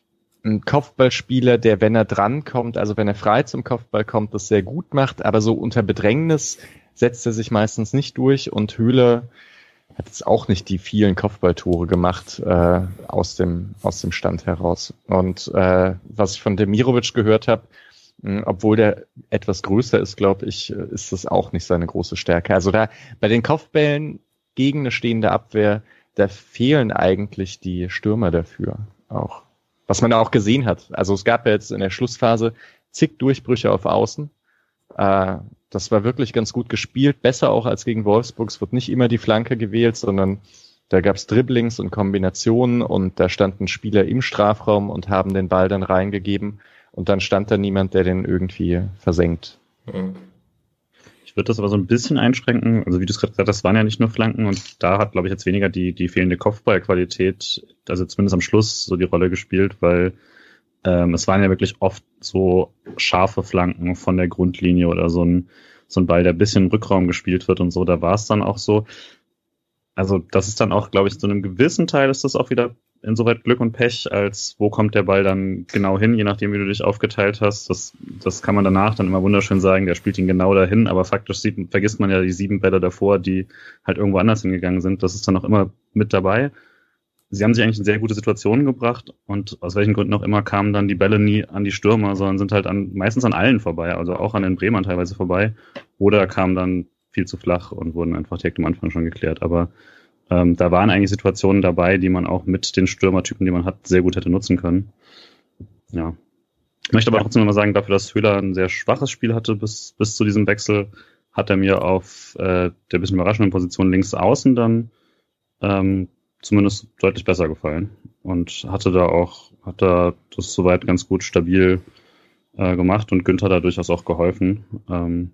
S4: ein Kopfballspieler, der, wenn er drankommt, also wenn er frei zum Kopfball kommt, das sehr gut macht, aber so unter Bedrängnis setzt er sich meistens nicht durch und Höhle hat jetzt auch nicht die vielen Kopfballtore gemacht äh, aus dem aus dem Stand heraus. Und äh, was ich von Demirovic gehört habe, obwohl der etwas größer ist, glaube ich, ist das auch nicht seine große Stärke. Also da bei den Kopfbällen gegen eine stehende Abwehr, da fehlen eigentlich die Stürmer dafür auch. Was man auch gesehen hat. Also es gab ja jetzt in der Schlussphase zig Durchbrüche auf Außen. Äh, das war wirklich ganz gut gespielt. Besser auch als gegen Wolfsburg. Es wird nicht immer die Flanke gewählt, sondern da gab es Dribblings und Kombinationen und da standen Spieler im Strafraum und haben den Ball dann reingegeben. Und dann stand da niemand, der den irgendwie versenkt.
S1: Mhm.
S3: Ich würde das aber so ein bisschen einschränken. Also wie du es gerade gesagt hast, das waren ja nicht nur Flanken und da hat, glaube ich, jetzt weniger die die fehlende Kopfballqualität, also zumindest am Schluss so die Rolle gespielt, weil ähm, es waren ja wirklich oft so scharfe Flanken von der Grundlinie oder so ein so ein Ball, der ein bisschen im Rückraum gespielt wird und so. Da war es dann auch so. Also das ist dann auch, glaube ich, zu einem gewissen Teil ist das auch wieder insoweit Glück und Pech, als wo kommt der Ball dann genau hin, je nachdem, wie du dich aufgeteilt hast. Das, das kann man danach dann immer wunderschön sagen, der spielt ihn genau dahin, aber faktisch sieht, vergisst man ja die sieben Bälle davor, die halt irgendwo anders hingegangen sind. Das ist dann auch immer mit dabei. Sie haben sich eigentlich in sehr gute Situationen gebracht und aus welchen Gründen auch immer kamen dann die Bälle nie an die Stürmer, sondern sind halt an meistens an allen vorbei, also auch an den Bremern teilweise vorbei oder kamen dann viel zu flach und wurden einfach direkt am Anfang schon geklärt. Aber Ähm, da waren eigentlich Situationen dabei, die man auch mit den Stürmertypen, die man hat, sehr gut hätte nutzen können. Ja. Ich möchte aber trotzdem nochmal sagen, dafür, dass Höhler ein sehr schwaches Spiel hatte bis bis zu diesem Wechsel, hat er mir auf äh, der bisschen überraschenden Position links außen dann ähm, zumindest deutlich besser gefallen. Und hatte da auch, hat da das soweit ganz gut stabil äh, gemacht und Günther da durchaus auch geholfen. Ähm,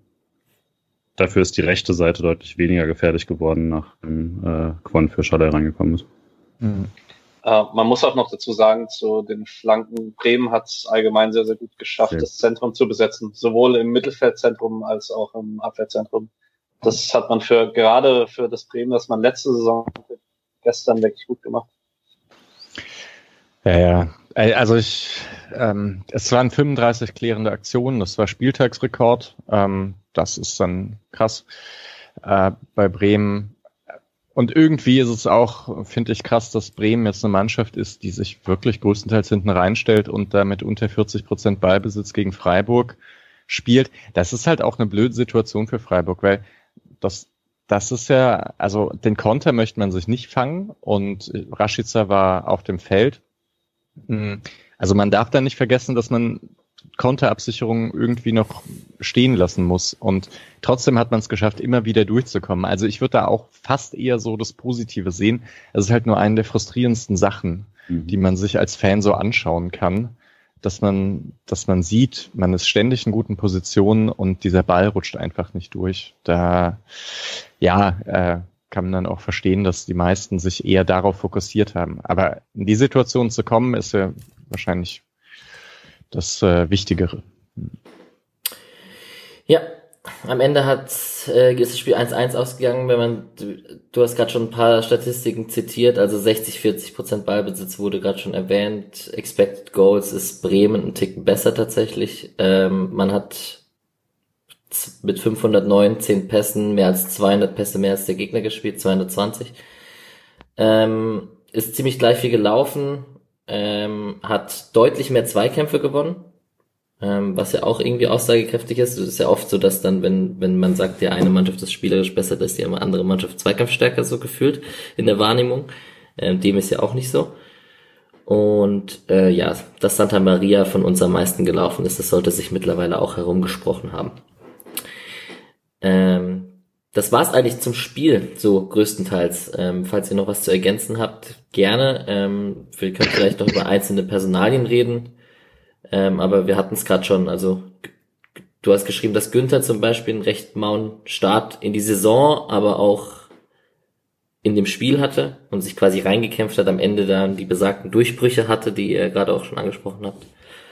S3: Dafür ist die rechte Seite deutlich weniger gefährlich geworden, nachdem äh, Quon für Schaller reingekommen ist.
S2: Mhm. Äh, man muss auch noch dazu sagen, zu den Flanken, Bremen hat es allgemein sehr, sehr gut geschafft, ja. das Zentrum zu besetzen. Sowohl im Mittelfeldzentrum als auch im Abwehrzentrum. Das hat man für gerade für das Bremen, das man letzte Saison gestern wirklich gut gemacht.
S4: Ja, ja. Also ich, ähm, es waren fünfunddreißig klärende Aktionen, das war Spieltagsrekord. Ähm, das ist dann krass äh, bei Bremen. Und irgendwie ist es auch, finde ich, krass, dass Bremen jetzt eine Mannschaft ist, die sich wirklich größtenteils hinten reinstellt und damit unter vierzig Prozent Ballbesitz gegen Freiburg spielt. Das ist halt auch eine blöde Situation für Freiburg, weil das Das ist ja, also den Konter möchte man sich nicht fangen und Rashica war auf dem Feld. Also man darf da nicht vergessen, dass man Konterabsicherung irgendwie noch stehen lassen muss und trotzdem hat man es geschafft, immer wieder durchzukommen. Also ich würde da auch fast eher so das Positive sehen. Es ist halt nur eine der frustrierendsten Sachen, mhm. die man sich als Fan so anschauen kann, dass man, dass man sieht, man ist ständig in guten Positionen und dieser Ball rutscht einfach nicht durch. Da, ja, äh, kann man dann auch verstehen, dass die meisten sich eher darauf fokussiert haben. Aber in die Situation zu kommen, ist ja wahrscheinlich das äh, Wichtigere.
S1: Ja, am Ende hat äh, ist das Spiel eins eins ausgegangen, wenn man, du, du hast gerade schon ein paar Statistiken zitiert, also sechzig vierzig Prozent Ballbesitz wurde gerade schon erwähnt, Expected Goals ist Bremen ein Ticken besser tatsächlich, ähm, man hat mit fünfhundertneunzehn Pässen mehr als zweihundert Pässe mehr als der Gegner gespielt, zweihundertzwanzig, ähm, ist ziemlich gleich viel gelaufen, ähm, hat deutlich mehr Zweikämpfe gewonnen, ähm, was ja auch irgendwie aussagekräftig ist. Es ist ja oft so, dass dann, wenn wenn man sagt, ja, eine Mannschaft ist spielerisch besser, dass die andere Mannschaft zweikampfstärker so gefühlt in der Wahrnehmung. Ähm, dem ist ja auch nicht so. Und äh, ja, dass Santa Maria von uns am meisten gelaufen ist, das sollte sich mittlerweile auch herumgesprochen haben. Ähm, das war's eigentlich zum Spiel, so größtenteils. Ähm, falls ihr noch was zu ergänzen habt, gerne. Ähm, wir können vielleicht noch über einzelne Personalien reden. Ähm, aber wir hatten es gerade schon, also du hast geschrieben, dass Günther zum Beispiel einen recht mauen Start in die Saison, aber auch in dem Spiel hatte und sich quasi reingekämpft hat, am Ende dann die besagten Durchbrüche hatte, die ihr gerade auch schon angesprochen habt.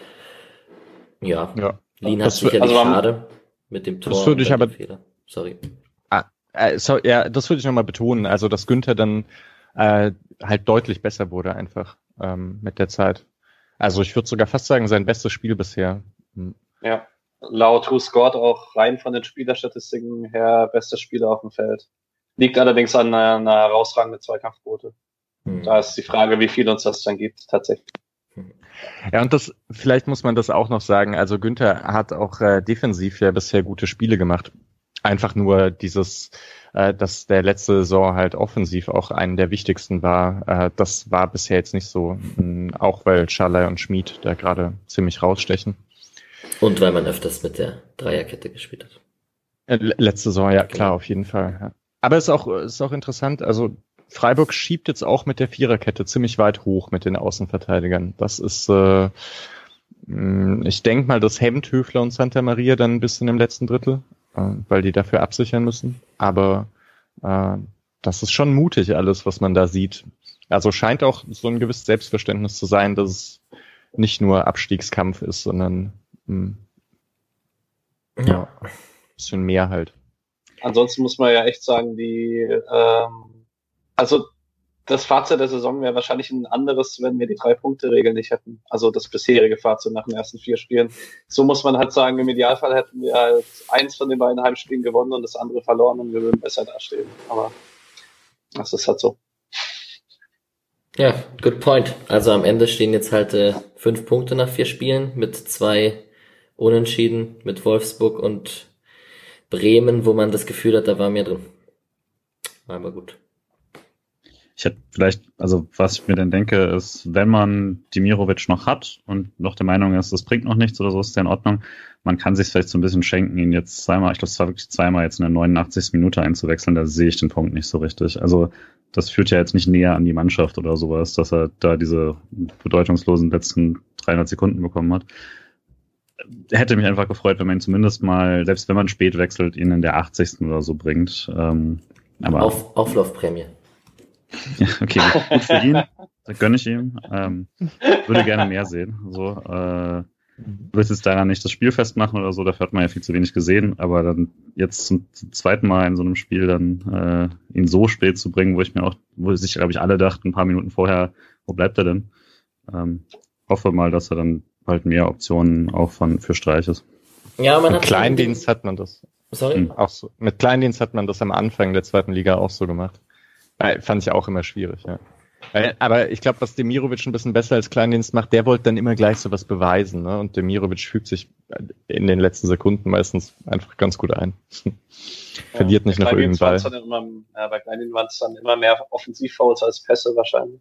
S1: Ja,
S4: ja.
S1: Lien hat
S4: Das,
S1: sicherlich
S2: also man,
S1: schade mit dem Tor.
S4: Das würde ich aber,
S1: Fehler. Sorry.
S4: Ah, äh, so, ja, das würde ich nochmal betonen, also dass Günther dann äh, halt deutlich besser wurde einfach ähm, mit der Zeit. Also ich würde sogar fast sagen, sein bestes Spiel bisher. Hm.
S2: Ja, laut Who Scored auch rein von den Spielerstatistiken her bester Spieler auf dem Feld. Liegt allerdings an einer, einer herausragenden Zweikampfquote. Hm. Da ist die Frage, wie viel uns das dann gibt, tatsächlich.
S4: Ja, und das, vielleicht muss man das auch noch sagen, also Günther hat auch äh, defensiv ja bisher gute Spiele gemacht. Einfach nur dieses, äh, dass der letzte Saison halt offensiv auch einen der wichtigsten war, äh, das war bisher jetzt nicht so, mh, auch weil Schalay und Schmid da gerade ziemlich rausstechen.
S1: Und weil man öfters mit der Dreierkette gespielt hat.
S4: Äh, letzte Saison, ja klar, auf jeden Fall. Ja. Aber es ist auch, ist auch interessant, also Freiburg schiebt jetzt auch mit der Viererkette ziemlich weit hoch mit den Außenverteidigern. Das ist, äh, ich denke mal, das hemmt Höfler und Santa Maria dann ein bisschen im letzten Drittel, äh, weil die dafür absichern müssen. Aber äh, das ist schon mutig alles, was man da sieht. Also scheint auch so ein gewisses Selbstverständnis zu sein, dass es nicht nur Abstiegskampf ist, sondern mh, ja. ja, ein bisschen mehr halt.
S2: Ansonsten muss man ja echt sagen, die, ähm, also das Fazit der Saison wäre wahrscheinlich ein anderes, wenn wir die Drei-Punkte-Regel nicht hätten. Also das bisherige Fazit nach den ersten vier Spielen. So muss man halt sagen, im Idealfall hätten wir halt eins von den beiden Heimspielen gewonnen und das andere verloren und wir würden besser dastehen. Aber das ist halt so.
S1: Ja, good point. Also am Ende stehen jetzt halt äh, fünf Punkte nach vier Spielen mit zwei Unentschieden mit Wolfsburg und Bremen, wo man das Gefühl hat, da war mehr drin. Aber gut.
S3: Ich hätte vielleicht, also was ich mir denn denke, ist, wenn man Demirovic noch hat und noch der Meinung ist, das bringt noch nichts oder so, ist der in Ordnung. Man kann sich vielleicht so ein bisschen schenken, ihn jetzt zweimal, ich glaube, es war wirklich zweimal jetzt in der neunundachtzigsten Minute einzuwechseln, da sehe ich den Punkt nicht so richtig. Also das führt ja jetzt nicht näher an die Mannschaft oder sowas, dass er da diese bedeutungslosen letzten dreihundert Sekunden bekommen hat. Hätte mich einfach gefreut, wenn man ihn zumindest mal, selbst wenn man spät wechselt, ihn in der achtzigsten oder so bringt. Ähm, aber
S1: Auf, Auflaufprämie.
S3: Ja, okay, gut für ihn. Da gönne ich ihm. Ähm, würde gerne mehr sehen. So, äh, würde jetzt daran nicht das Spiel festmachen oder so, dafür hat man ja viel zu wenig gesehen, aber dann jetzt zum, zum zweiten Mal in so einem Spiel dann äh, ihn so spät zu bringen, wo ich mir auch, wo sich, glaube ich, alle dachten, ein paar Minuten vorher, wo bleibt er denn? Ähm, hoffe mal, dass er dann bald mehr Optionen auch von für Streich ist.
S1: Ja, man
S4: mit
S1: hat
S4: Kleindienst hat man das.
S1: Sorry?
S3: Hm.
S4: Auch so. Mit Kleindienst hat man das am Anfang der zweiten Liga auch so gemacht. Äh, fand ich auch immer schwierig, ja. Äh, aber ich glaube, was Demirovic ein bisschen besser als Kleindienst macht, der wollte dann immer gleich so was beweisen, ne? Und Demirovic fügt sich in den letzten Sekunden meistens einfach ganz gut ein. Verliert
S2: ja,
S4: nicht noch irgendeinen Ball.
S2: Immer, ja, bei Kleindienst waren es dann immer mehr Offensivfouls als Pässe wahrscheinlich.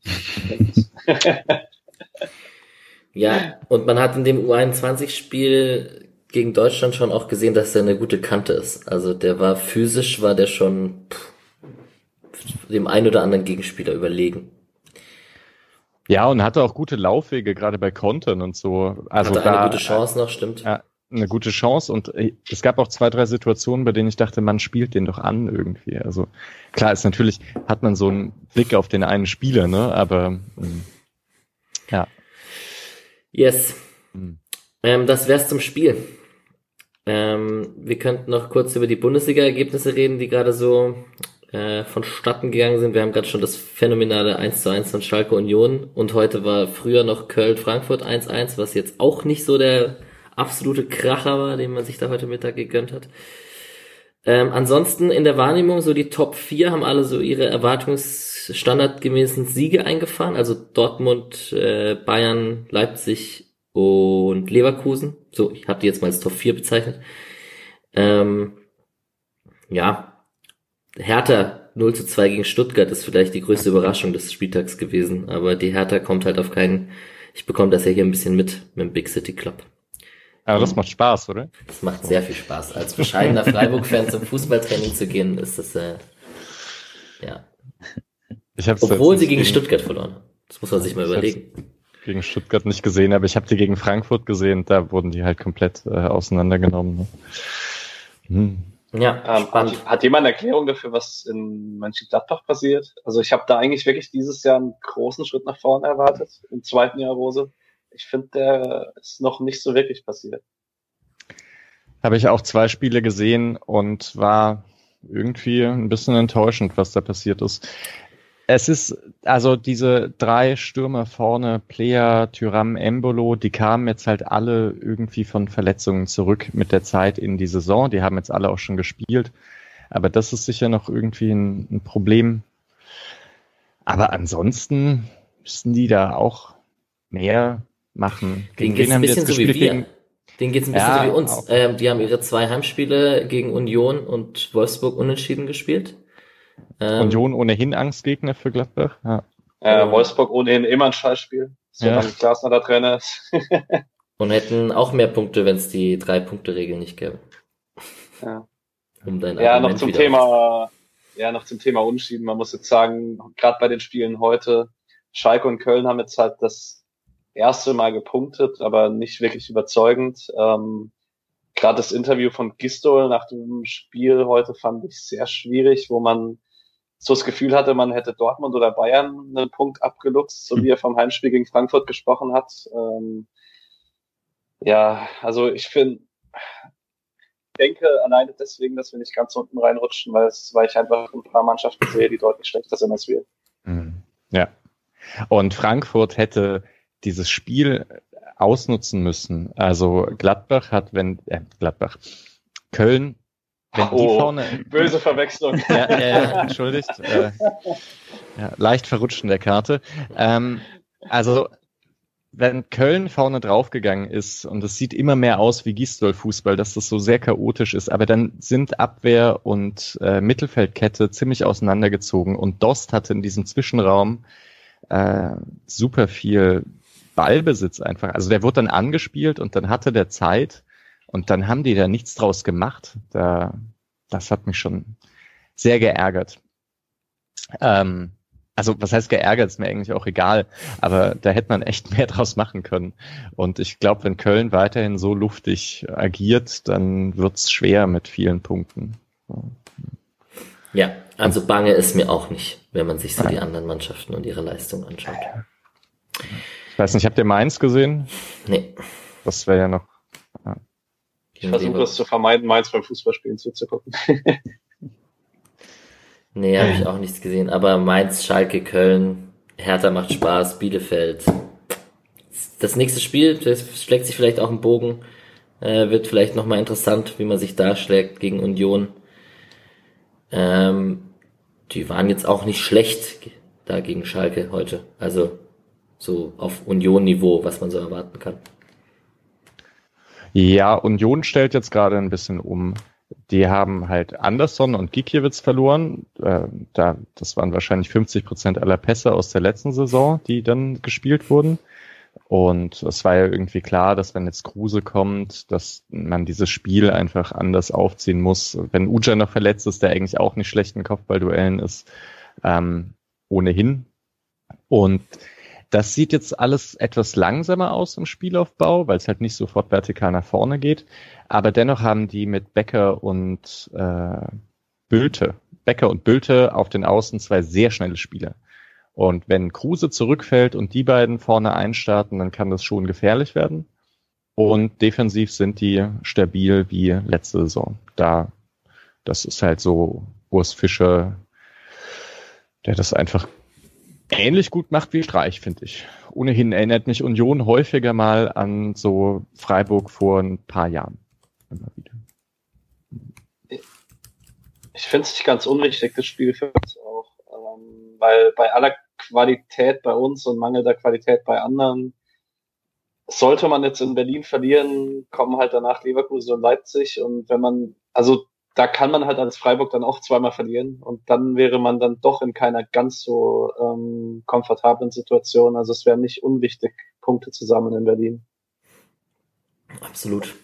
S1: Ja, und man hat in dem U einundzwanzig-Spiel gegen Deutschland schon auch gesehen, dass er eine gute Kante ist. Also der war physisch, war der schon pff, dem einen oder anderen Gegenspieler überlegen.
S4: Ja, und hatte auch gute Laufwege, gerade bei Kontern und so. Also
S1: hatte
S4: da,
S1: eine gute Chance noch, stimmt.
S4: Ja, eine gute Chance und es gab auch zwei, drei Situationen, bei denen ich dachte, man spielt den doch an irgendwie. Also klar, ist natürlich, hat man so einen Blick auf den einen Spieler, ne, aber ja.
S1: Yes.
S4: Hm.
S1: Ähm, das wär's zum Spiel. Ähm, wir könnten noch kurz über die Bundesliga-Ergebnisse reden, die gerade so äh, vonstatten gegangen sind. Wir haben gerade schon das phänomenale eins zu eins von Schalke Union und heute war früher noch Köln-Frankfurt eins eins, was jetzt auch nicht so der absolute Kracher war, den man sich da heute Mittag gegönnt hat. Ähm, ansonsten in der Wahrnehmung, so die Top vier haben alle so ihre erwartungsstandardgemäßen Siege eingefahren. Also Dortmund, äh, Bayern, Leipzig und Leverkusen. So, ich habe die jetzt mal als Top vier bezeichnet. Ähm, ja, Hertha null zu zwei gegen Stuttgart ist vielleicht die größte Überraschung des Spieltags gewesen. Aber die Hertha kommt halt auf keinen... Ich bekomme das ja hier ein bisschen mit, mit dem Big City Club.
S4: Aber das macht Spaß, oder?
S1: Das macht sehr viel Spaß. Als bescheidener Freiburg-Fan zum Fußballtraining zu gehen, ist das, äh, ja.
S4: Ich hab's
S1: Obwohl sie gegen, gegen Stuttgart verloren. Das muss man sich mal überlegen.
S4: Gegen Stuttgart nicht gesehen, aber ich habe die gegen Frankfurt gesehen. Da wurden die halt komplett äh, auseinandergenommen. Ne? Hm.
S1: Ja,
S2: ähm, hat, hat jemand eine Erklärung dafür, was in Mönchengladbach passiert? Also ich habe da eigentlich wirklich dieses Jahr einen großen Schritt nach vorne erwartet, im zweiten Jahr Rose. Ich finde, der ist noch nicht so wirklich passiert.
S4: Habe ich auch zwei Spiele gesehen und war irgendwie ein bisschen enttäuschend, was da passiert ist. Es ist, also diese drei Stürmer vorne, Player, Thuram, Embolo, die kamen jetzt halt alle irgendwie von Verletzungen zurück mit der Zeit in die Saison. Die haben jetzt alle auch schon gespielt. Aber das ist sicher noch irgendwie ein, ein Problem. Aber ansonsten müssten die da auch mehr machen.
S1: Gegen wen haben die jetzt gespielt? So gegen... Denen geht's ein bisschen ja, so wie uns. Ähm, die haben ihre zwei Heimspiele gegen Union und Wolfsburg unentschieden gespielt.
S4: Ähm, Union ohnehin Angstgegner für Gladbach. Ja.
S2: Äh, Wolfsburg ohnehin immer ein Scheißspiel, solange ja. Glasner der Trainer ist.
S1: Und hätten auch mehr Punkte, wenn es die Drei-Punkte-Regel nicht gäbe.
S2: Ja,
S1: um dein
S2: ja noch zum Thema, ja, noch zum Thema Unentschieden. Man muss jetzt sagen, gerade bei den Spielen heute, Schalke und Köln haben jetzt halt das erste Mal gepunktet, aber nicht wirklich überzeugend. Ähm, Gerade das Interview von Gistol nach dem Spiel heute fand ich sehr schwierig, wo man so das Gefühl hatte, man hätte Dortmund oder Bayern einen Punkt abgeluchst, so wie er vom Heimspiel gegen Frankfurt gesprochen hat. Ähm, ja, also ich finde, ich denke alleine deswegen, dass wir nicht ganz unten reinrutschen, weil, es, weil ich einfach ein paar Mannschaften sehe, die deutlich schlechter sind als wir.
S4: Ja, und Frankfurt hätte dieses Spiel ausnutzen müssen. Also Gladbach hat, wenn, äh, Gladbach, Köln, wenn
S2: oh,
S4: die vorne...
S2: Böse Verwechslung.
S4: Ja, äh, entschuldigt. Äh, ja, leicht verrutscht in der Karte. Ähm, also, wenn Köln vorne draufgegangen ist, und es sieht immer mehr aus wie Gisdol-Fußball, dass das so sehr chaotisch ist, aber dann sind Abwehr und äh, Mittelfeldkette ziemlich auseinandergezogen und Dost hatte in diesem Zwischenraum äh, super viel Ballbesitz einfach. Also der wurde dann angespielt und dann hatte der Zeit und dann haben die da nichts draus gemacht. Da, das hat mich schon sehr geärgert. Ähm, also was heißt geärgert, ist mir eigentlich auch egal, aber da hätte man echt mehr draus machen können. Und ich glaube, wenn Köln weiterhin so luftig agiert, dann wird's schwer mit vielen Punkten.
S1: Ja, also bange ist mir auch nicht, wenn man sich so die anderen Mannschaften und ihre Leistung anschaut.
S4: Ich weiß nicht, habt ihr Mainz gesehen?
S1: Nee.
S4: Das wäre ja noch... Ja.
S2: Ich versuche es zu vermeiden, Mainz beim Fußballspielen zuzugucken.
S1: Nee, habe ich auch nichts gesehen. Aber Mainz, Schalke, Köln, Hertha macht Spaß, Bielefeld. Das nächste Spiel, das schlägt sich vielleicht auch im Bogen, äh, wird vielleicht nochmal interessant, wie man sich da schlägt gegen Union. Ähm, die waren jetzt auch nicht schlecht da gegen Schalke heute. Also so auf Union-Niveau, was man so erwarten kann.
S4: Ja, Union stellt jetzt gerade ein bisschen um. Die haben halt Anderson und Gikiewicz verloren. Äh, da, das waren wahrscheinlich fünfzig Prozent aller Pässe aus der letzten Saison, die dann gespielt wurden. Und es war ja irgendwie klar, dass wenn jetzt Kruse kommt, dass man dieses Spiel einfach anders aufziehen muss. Wenn Uja noch verletzt ist, der eigentlich auch nicht schlecht in Kopfballduellen ist, ähm, ohnehin. Und das sieht jetzt alles etwas langsamer aus im Spielaufbau, weil es halt nicht sofort vertikal nach vorne geht. Aber dennoch haben die mit Becker und äh, Bülter, Becker und Bülter auf den Außen zwei sehr schnelle Spieler. Und wenn Kruse zurückfällt und die beiden vorne einstarten, dann kann das schon gefährlich werden. Und defensiv sind die stabil wie letzte Saison. Da, das ist halt so Urs Fischer, der das einfach ähnlich gut macht wie Streich, finde ich. Ohnehin erinnert mich Union häufiger mal an so Freiburg vor ein paar Jahren. Immer wieder.
S2: Ich finde es nicht ganz unwichtig, das Spiel für uns auch, ähm, weil bei aller Qualität bei uns und mangelnder Qualität bei anderen, sollte man jetzt in Berlin verlieren, kommen halt danach Leverkusen und Leipzig, und wenn man, also da kann man halt als Freiburg dann auch zweimal verlieren, und dann wäre man dann doch in keiner ganz so ähm, komfortablen Situation. Also es wäre nicht unwichtig, Punkte zu sammeln in Berlin.
S1: Absolut.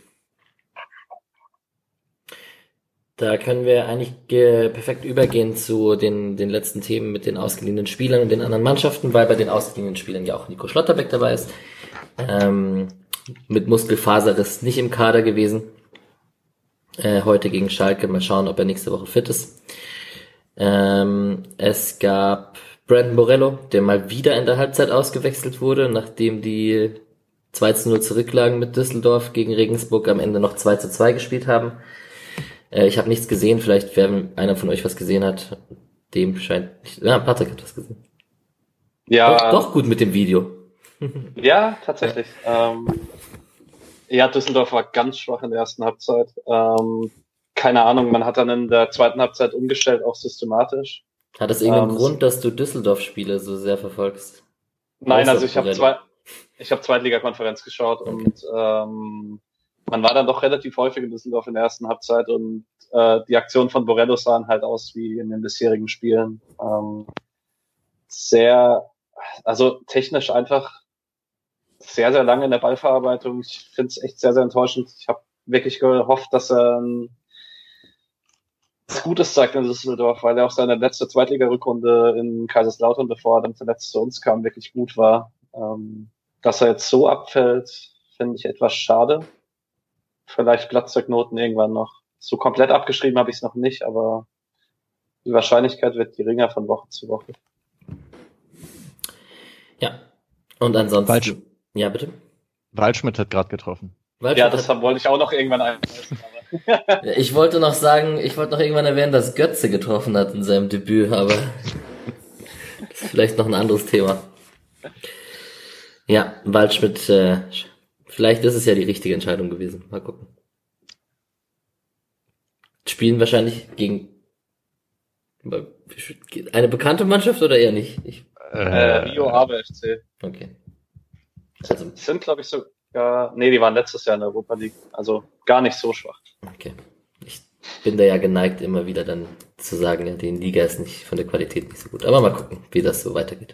S1: Da können wir eigentlich äh, perfekt übergehen zu den, den letzten Themen mit den ausgeliehenen Spielern und den anderen Mannschaften, weil bei den ausgeliehenen Spielern ja auch Nico Schlotterbeck dabei ist. Ähm, mit Muskelfaserriss nicht im Kader gewesen. Äh, heute gegen Schalke. Mal schauen, ob er nächste Woche fit ist. Ähm, es gab Brandon Borello, der mal wieder in der Halbzeit ausgewechselt wurde, nachdem die zwei zu null zurücklagen mit Düsseldorf gegen Regensburg, am Ende noch zwei zu zwei gespielt haben. Äh, ich habe nichts gesehen, vielleicht, wenn einer von euch was gesehen hat, dem scheint nicht, ja, Patrick hat was gesehen.
S2: Ja.
S1: Doch, doch gut mit dem Video.
S2: Ja, tatsächlich. Ja. Ähm, ja, Düsseldorf war ganz schwach in der ersten Halbzeit. Ähm, keine Ahnung, man hat dann in der zweiten Halbzeit umgestellt, auch systematisch.
S1: Hat das irgendeinen
S2: ähm,
S1: Grund, dass du Düsseldorf-Spiele so sehr verfolgst?
S2: Nein,
S1: Außer
S2: also ich habe
S1: Borello.
S2: zwei, ich habe Zweitligakonferenz geschaut,
S1: Okay.
S2: und ähm, man war dann doch relativ häufig in Düsseldorf in der ersten Halbzeit, und äh, die Aktionen von Borello sahen halt aus wie in den bisherigen Spielen. Ähm, sehr, also technisch einfach sehr, sehr lange in der Ballverarbeitung. Ich finde es echt sehr, sehr enttäuschend. Ich habe wirklich gehofft, dass er ähm, was Gutes zeigt in Düsseldorf, weil er auch seine letzte Zweitliga-Rückrunde in Kaiserslautern, bevor er dann verletzt zu uns kam, wirklich gut war. Ähm, dass er jetzt so abfällt, finde ich etwas schade. Vielleicht Glatzeugnoten irgendwann noch. So komplett abgeschrieben habe ich es noch nicht, aber die Wahrscheinlichkeit wird geringer von Woche zu Woche.
S1: Ja. Und ansonsten.
S4: Waldsch-
S1: Ja, bitte?
S4: Waldschmidt hat gerade getroffen.
S1: Waldschmidt
S2: Ja, das
S1: hat,
S2: wollte ich auch noch irgendwann einweisen. Aber
S1: ich wollte noch sagen, ich wollte noch irgendwann erwähnen, dass Götze getroffen hat in seinem Debüt, aber das ist vielleicht noch ein anderes Thema. Ja, Waldschmidt, äh, vielleicht ist es ja die richtige Entscheidung gewesen. Mal gucken. Spielen wahrscheinlich gegen eine bekannte Mannschaft oder eher nicht? Ich,
S2: äh, Rio Ave F C.
S1: okay. Also,
S2: Sind, glaube ich, sogar, nee, die waren letztes Jahr in der Europa League. Also gar nicht so schwach.
S1: okay. Ich bin da ja geneigt, immer wieder dann zu sagen, ja, die Liga ist nicht von der Qualität nicht so gut. Aber mal gucken, wie das so weitergeht.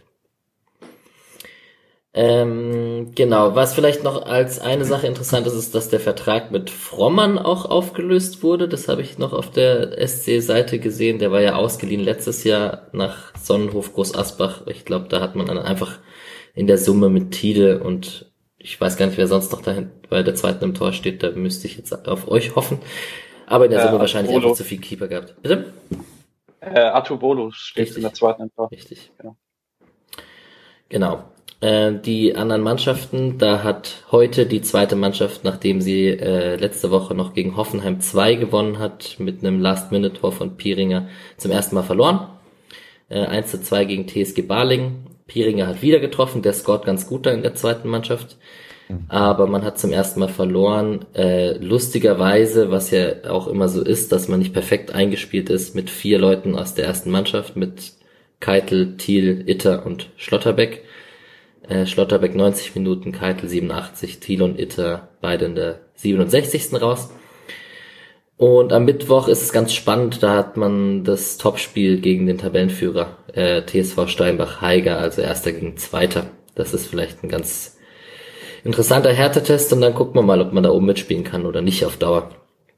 S1: Ähm, genau, was vielleicht noch als eine Sache interessant ist, ist, dass der Vertrag mit Frommann auch aufgelöst wurde. Das habe ich noch auf der S C-Seite gesehen. Der war ja ausgeliehen letztes Jahr nach Sonnenhof Groß Asbach. Ich glaube, da hat man dann einfach in der Summe mit Tide und ich weiß gar nicht, wer sonst noch dahin bei der zweiten im Tor steht. Da müsste ich jetzt auf euch hoffen. Aber in der
S2: Ja,
S1: Summe wahrscheinlich
S2: Bolo.
S1: einfach zu viel Keeper gehabt. Bitte?
S2: Äh, Atubolo steht
S1: Richtig.
S2: in der zweiten im Tor.
S1: Richtig.
S2: Genau.
S1: Genau. Äh, die anderen Mannschaften, da hat heute die zweite Mannschaft, nachdem sie äh, letzte Woche noch gegen Hoffenheim zwei gewonnen hat, mit einem Last-Minute-Tor von Pieringer zum ersten Mal verloren. Äh, eins zu zwei gegen T S G Balingen. Pieringer hat wieder getroffen, der scoret ganz gut da in der zweiten Mannschaft. Aber man hat zum ersten Mal verloren. Äh, lustigerweise, was ja auch immer so ist, dass man nicht perfekt eingespielt ist mit vier Leuten aus der ersten Mannschaft, mit Keitel, Thiel, Itter und Schlotterbeck. Äh, Schlotterbeck neunzig Minuten, Keitel siebenundachtzig, Thiel und Itter beide in der siebenundsechzigsten raus. Und am Mittwoch ist es ganz spannend, da hat man das Topspiel gegen den Tabellenführer äh, T S V Steinbach-Heiger, also Erster gegen Zweiter. Das ist vielleicht ein ganz interessanter Härtetest und dann gucken wir mal, ob man da oben mitspielen kann oder nicht auf Dauer.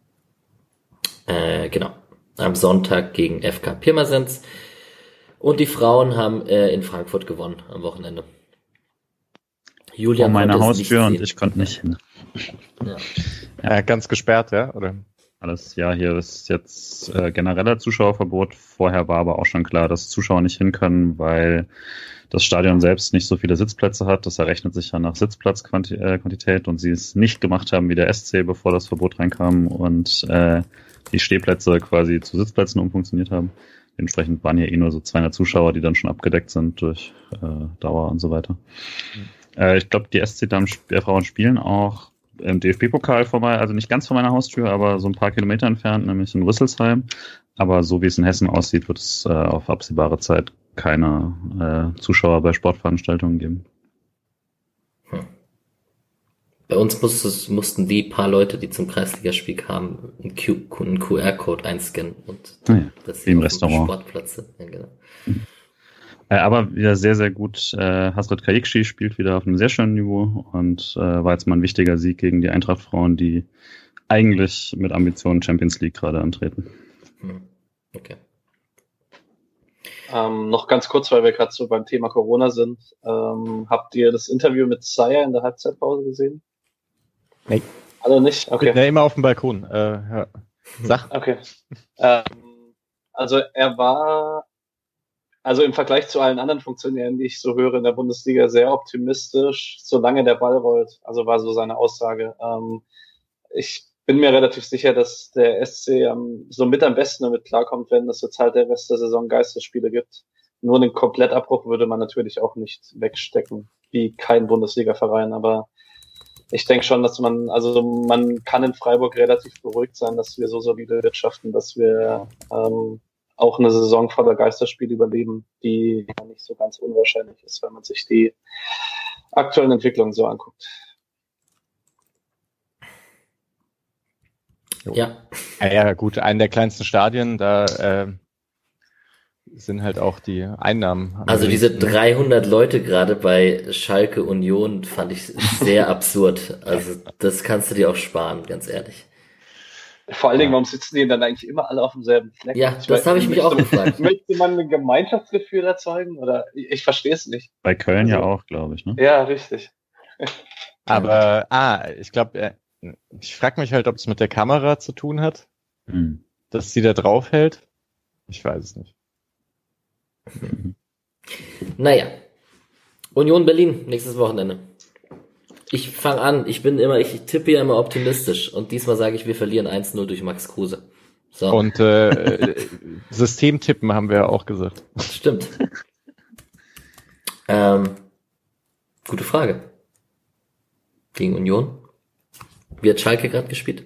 S1: Äh, genau. Am Sonntag gegen F K Pirmasens. Und die Frauen haben äh, in Frankfurt gewonnen am Wochenende. Julian
S3: Vor meiner
S1: konnte es nicht
S3: Haustür und
S1: sehen.
S3: ich konnte nicht hin.
S1: Ja.
S4: Ja, ganz gesperrt, ja? Oder?
S3: Alles, ja, hier ist jetzt äh, genereller Zuschauerverbot. Vorher war aber auch schon klar, dass Zuschauer nicht hin können, weil das Stadion selbst nicht so viele Sitzplätze hat. Das errechnet sich ja nach Sitzplatzquantität und sie es nicht gemacht haben wie der S C, bevor das Verbot reinkam und äh, die Stehplätze quasi zu Sitzplätzen umfunktioniert haben. Dementsprechend waren hier eh nur so zweihundert Zuschauer, die dann schon abgedeckt sind durch äh, Dauer und so weiter. Mhm. Äh, ich glaube, die S C-Damen, äh, Frauen spielen auch im D F B-Pokal vorbei, also nicht ganz vor meiner Haustür, aber so ein paar Kilometer entfernt, nämlich in Rüsselsheim. Aber so wie es in Hessen aussieht, wird es äh, auf absehbare Zeit keine äh, Zuschauer bei Sportveranstaltungen geben.
S1: Hm. Bei uns muss es, mussten die paar Leute, die zum Kreisligaspiel kamen, einen, Q, einen Q R-Code einscannen und
S3: ah ja,
S1: das
S3: wie im Restaurant.
S1: Sportplatz sind. Ja, genau.
S3: Äh, aber wieder sehr, sehr gut. Äh, Hasret Kayikci spielt wieder auf einem sehr schönen Niveau und äh, war jetzt mal ein wichtiger Sieg gegen die Eintracht-Frauen, die eigentlich mit Ambitionen Champions League gerade antreten.
S1: Hm. Okay.
S2: Ähm, noch ganz kurz, weil wir gerade so beim Thema Corona sind. Ähm, habt ihr das Interview mit Sayer in der Halbzeitpause gesehen?
S4: Nee.
S2: Alle nicht? Okay.
S4: Ja, immer auf dem Balkon. Äh, ja. Sag.
S2: Okay. Ähm, also er war, also im Vergleich zu allen anderen Funktionären, die ich so höre in der Bundesliga, sehr optimistisch, solange der Ball rollt. Also war so seine Aussage. Ähm, ich bin mir relativ sicher, dass der S C ähm, so mit am besten damit klarkommt, wenn es jetzt halt der Rest der Saison Geisterspiele gibt. Nur einen Komplettabbruch würde man natürlich auch nicht wegstecken, wie kein Bundesliga-Verein, aber ich denke schon, dass man, also man kann in Freiburg relativ beruhigt sein, dass wir so solide wirtschaften, dass wir ähm, auch eine Saison voller Geisterspiele überleben, die nicht so ganz unwahrscheinlich ist, wenn man sich die aktuellen Entwicklungen so anguckt.
S1: Ja.
S4: Ja, ja, gut, einen der kleinsten Stadien, da äh, sind halt auch die Einnahmen.
S1: Also diese dreihundert Leute gerade bei Schalke Union fand ich sehr absurd. Also das kannst du dir auch sparen, ganz ehrlich.
S2: Vor allen Dingen, warum sitzen die dann eigentlich immer alle auf demselben Fleck?
S1: Ja, das habe ich mich auch gefragt.
S2: Möchte man ein Gemeinschaftsgefühl erzeugen? Oder ich, ich verstehe es nicht.
S3: Bei Köln
S2: also,
S3: ja auch, glaube ich, ne?
S2: Ja, richtig.
S4: Aber, ah, ich glaube, ich frage mich halt, ob es mit der Kamera zu tun hat,
S3: hm.
S4: dass sie da drauf hält. Ich weiß es nicht.
S1: Naja. Union Berlin, nächstes Wochenende. Ich fange an, ich bin immer, ich tippe ja immer optimistisch und diesmal sage ich, wir verlieren eins null durch Max Kruse. So.
S4: Und äh, Systemtippen haben wir ja auch gesagt.
S1: Stimmt. ähm, gute Frage. Gegen Union? Wie hat Schalke gerade gespielt?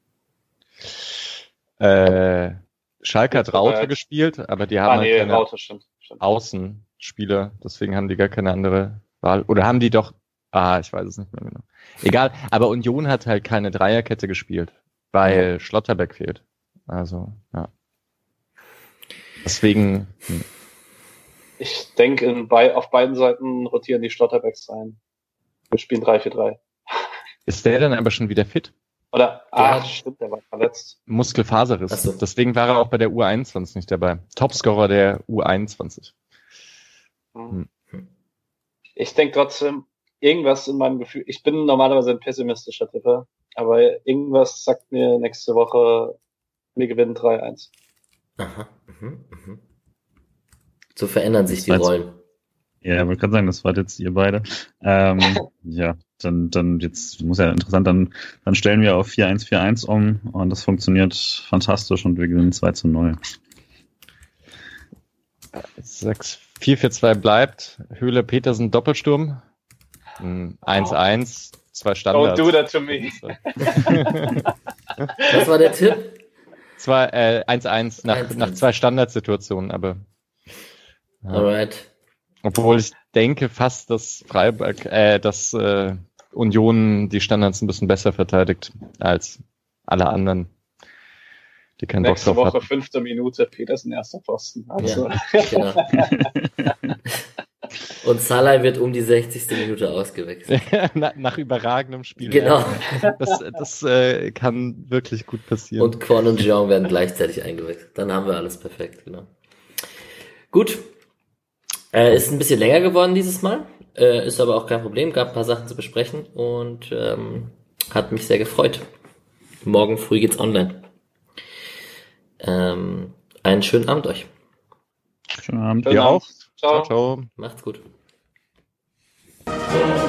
S4: Äh, Schalke hat Raute
S2: äh,
S4: gespielt, aber die haben
S2: ah,
S4: halt
S2: nee,
S4: keine
S2: Raute, stimmt, stimmt.
S4: Außenspieler, deswegen haben die gar keine andere Wahl. Oder haben die doch, ah, ich weiß es nicht mehr genau. Egal, aber Union hat halt keine Dreierkette gespielt, weil ja. Schlotterbeck fehlt. Also, ja. Deswegen. Hm.
S2: Ich denke, bei, auf beiden Seiten rotieren die Schlotterbecks rein. Wir spielen drei vier drei.
S4: Ist der dann aber schon wieder fit?
S2: Oder, ah, stimmt, der war verletzt.
S4: Muskelfaserriss. So. Deswegen war er auch bei der U einundzwanzig nicht dabei. Topscorer der U einundzwanzig.
S2: Hm. Ich denke trotzdem, irgendwas in meinem Gefühl, ich bin normalerweise ein pessimistischer Tipper, aber irgendwas sagt mir nächste Woche, wir gewinnen drei eins.
S1: Aha. Mhm, mhm. So verändern sich die Rollen.
S3: Ja, ich wollte gerade sagen, das wart jetzt ihr beide. Ähm, ja, dann, dann jetzt muss ja interessant, dann, dann stellen wir auf vier eins vier eins um und das funktioniert fantastisch und wir gewinnen zwei zu null.
S4: sechs vier vier zwei bleibt. Höhle Petersen Doppelsturm. eins eins, zwei Standards.
S2: Don't do that to me.
S1: Was war der Tipp?
S4: Zwei, äh, eins eins nach, eins, nach zwei Standardsituationen, aber.
S1: Ja. Alright.
S4: Obwohl ich denke fast, dass Freiburg, äh, dass äh, Union die Standards ein bisschen besser verteidigt als alle anderen, die keinen
S2: Nächste
S4: Bock drauf
S2: Woche,
S4: hatten.
S2: fünfte Minute, Petersen erster Pfosten. Also.
S1: Ja, genau. Und Salai wird um die sechzigste Minute ausgewechselt.
S4: nach, nach überragendem Spiel.
S1: Genau.
S4: Das, das äh, kann wirklich gut passieren.
S1: Und Kwon und Jean werden gleichzeitig eingewechselt. Dann haben wir alles perfekt, genau. Gut. Äh, ist ein bisschen länger geworden dieses Mal. Äh, ist aber auch kein Problem. Gab ein paar Sachen zu besprechen und ähm, hat mich sehr gefreut. Morgen früh geht's online. Ähm, einen schönen Abend euch.
S3: Schönen Abend.
S4: Dir auch.
S2: Ciao.
S4: Ciao, ciao.
S1: Macht's gut.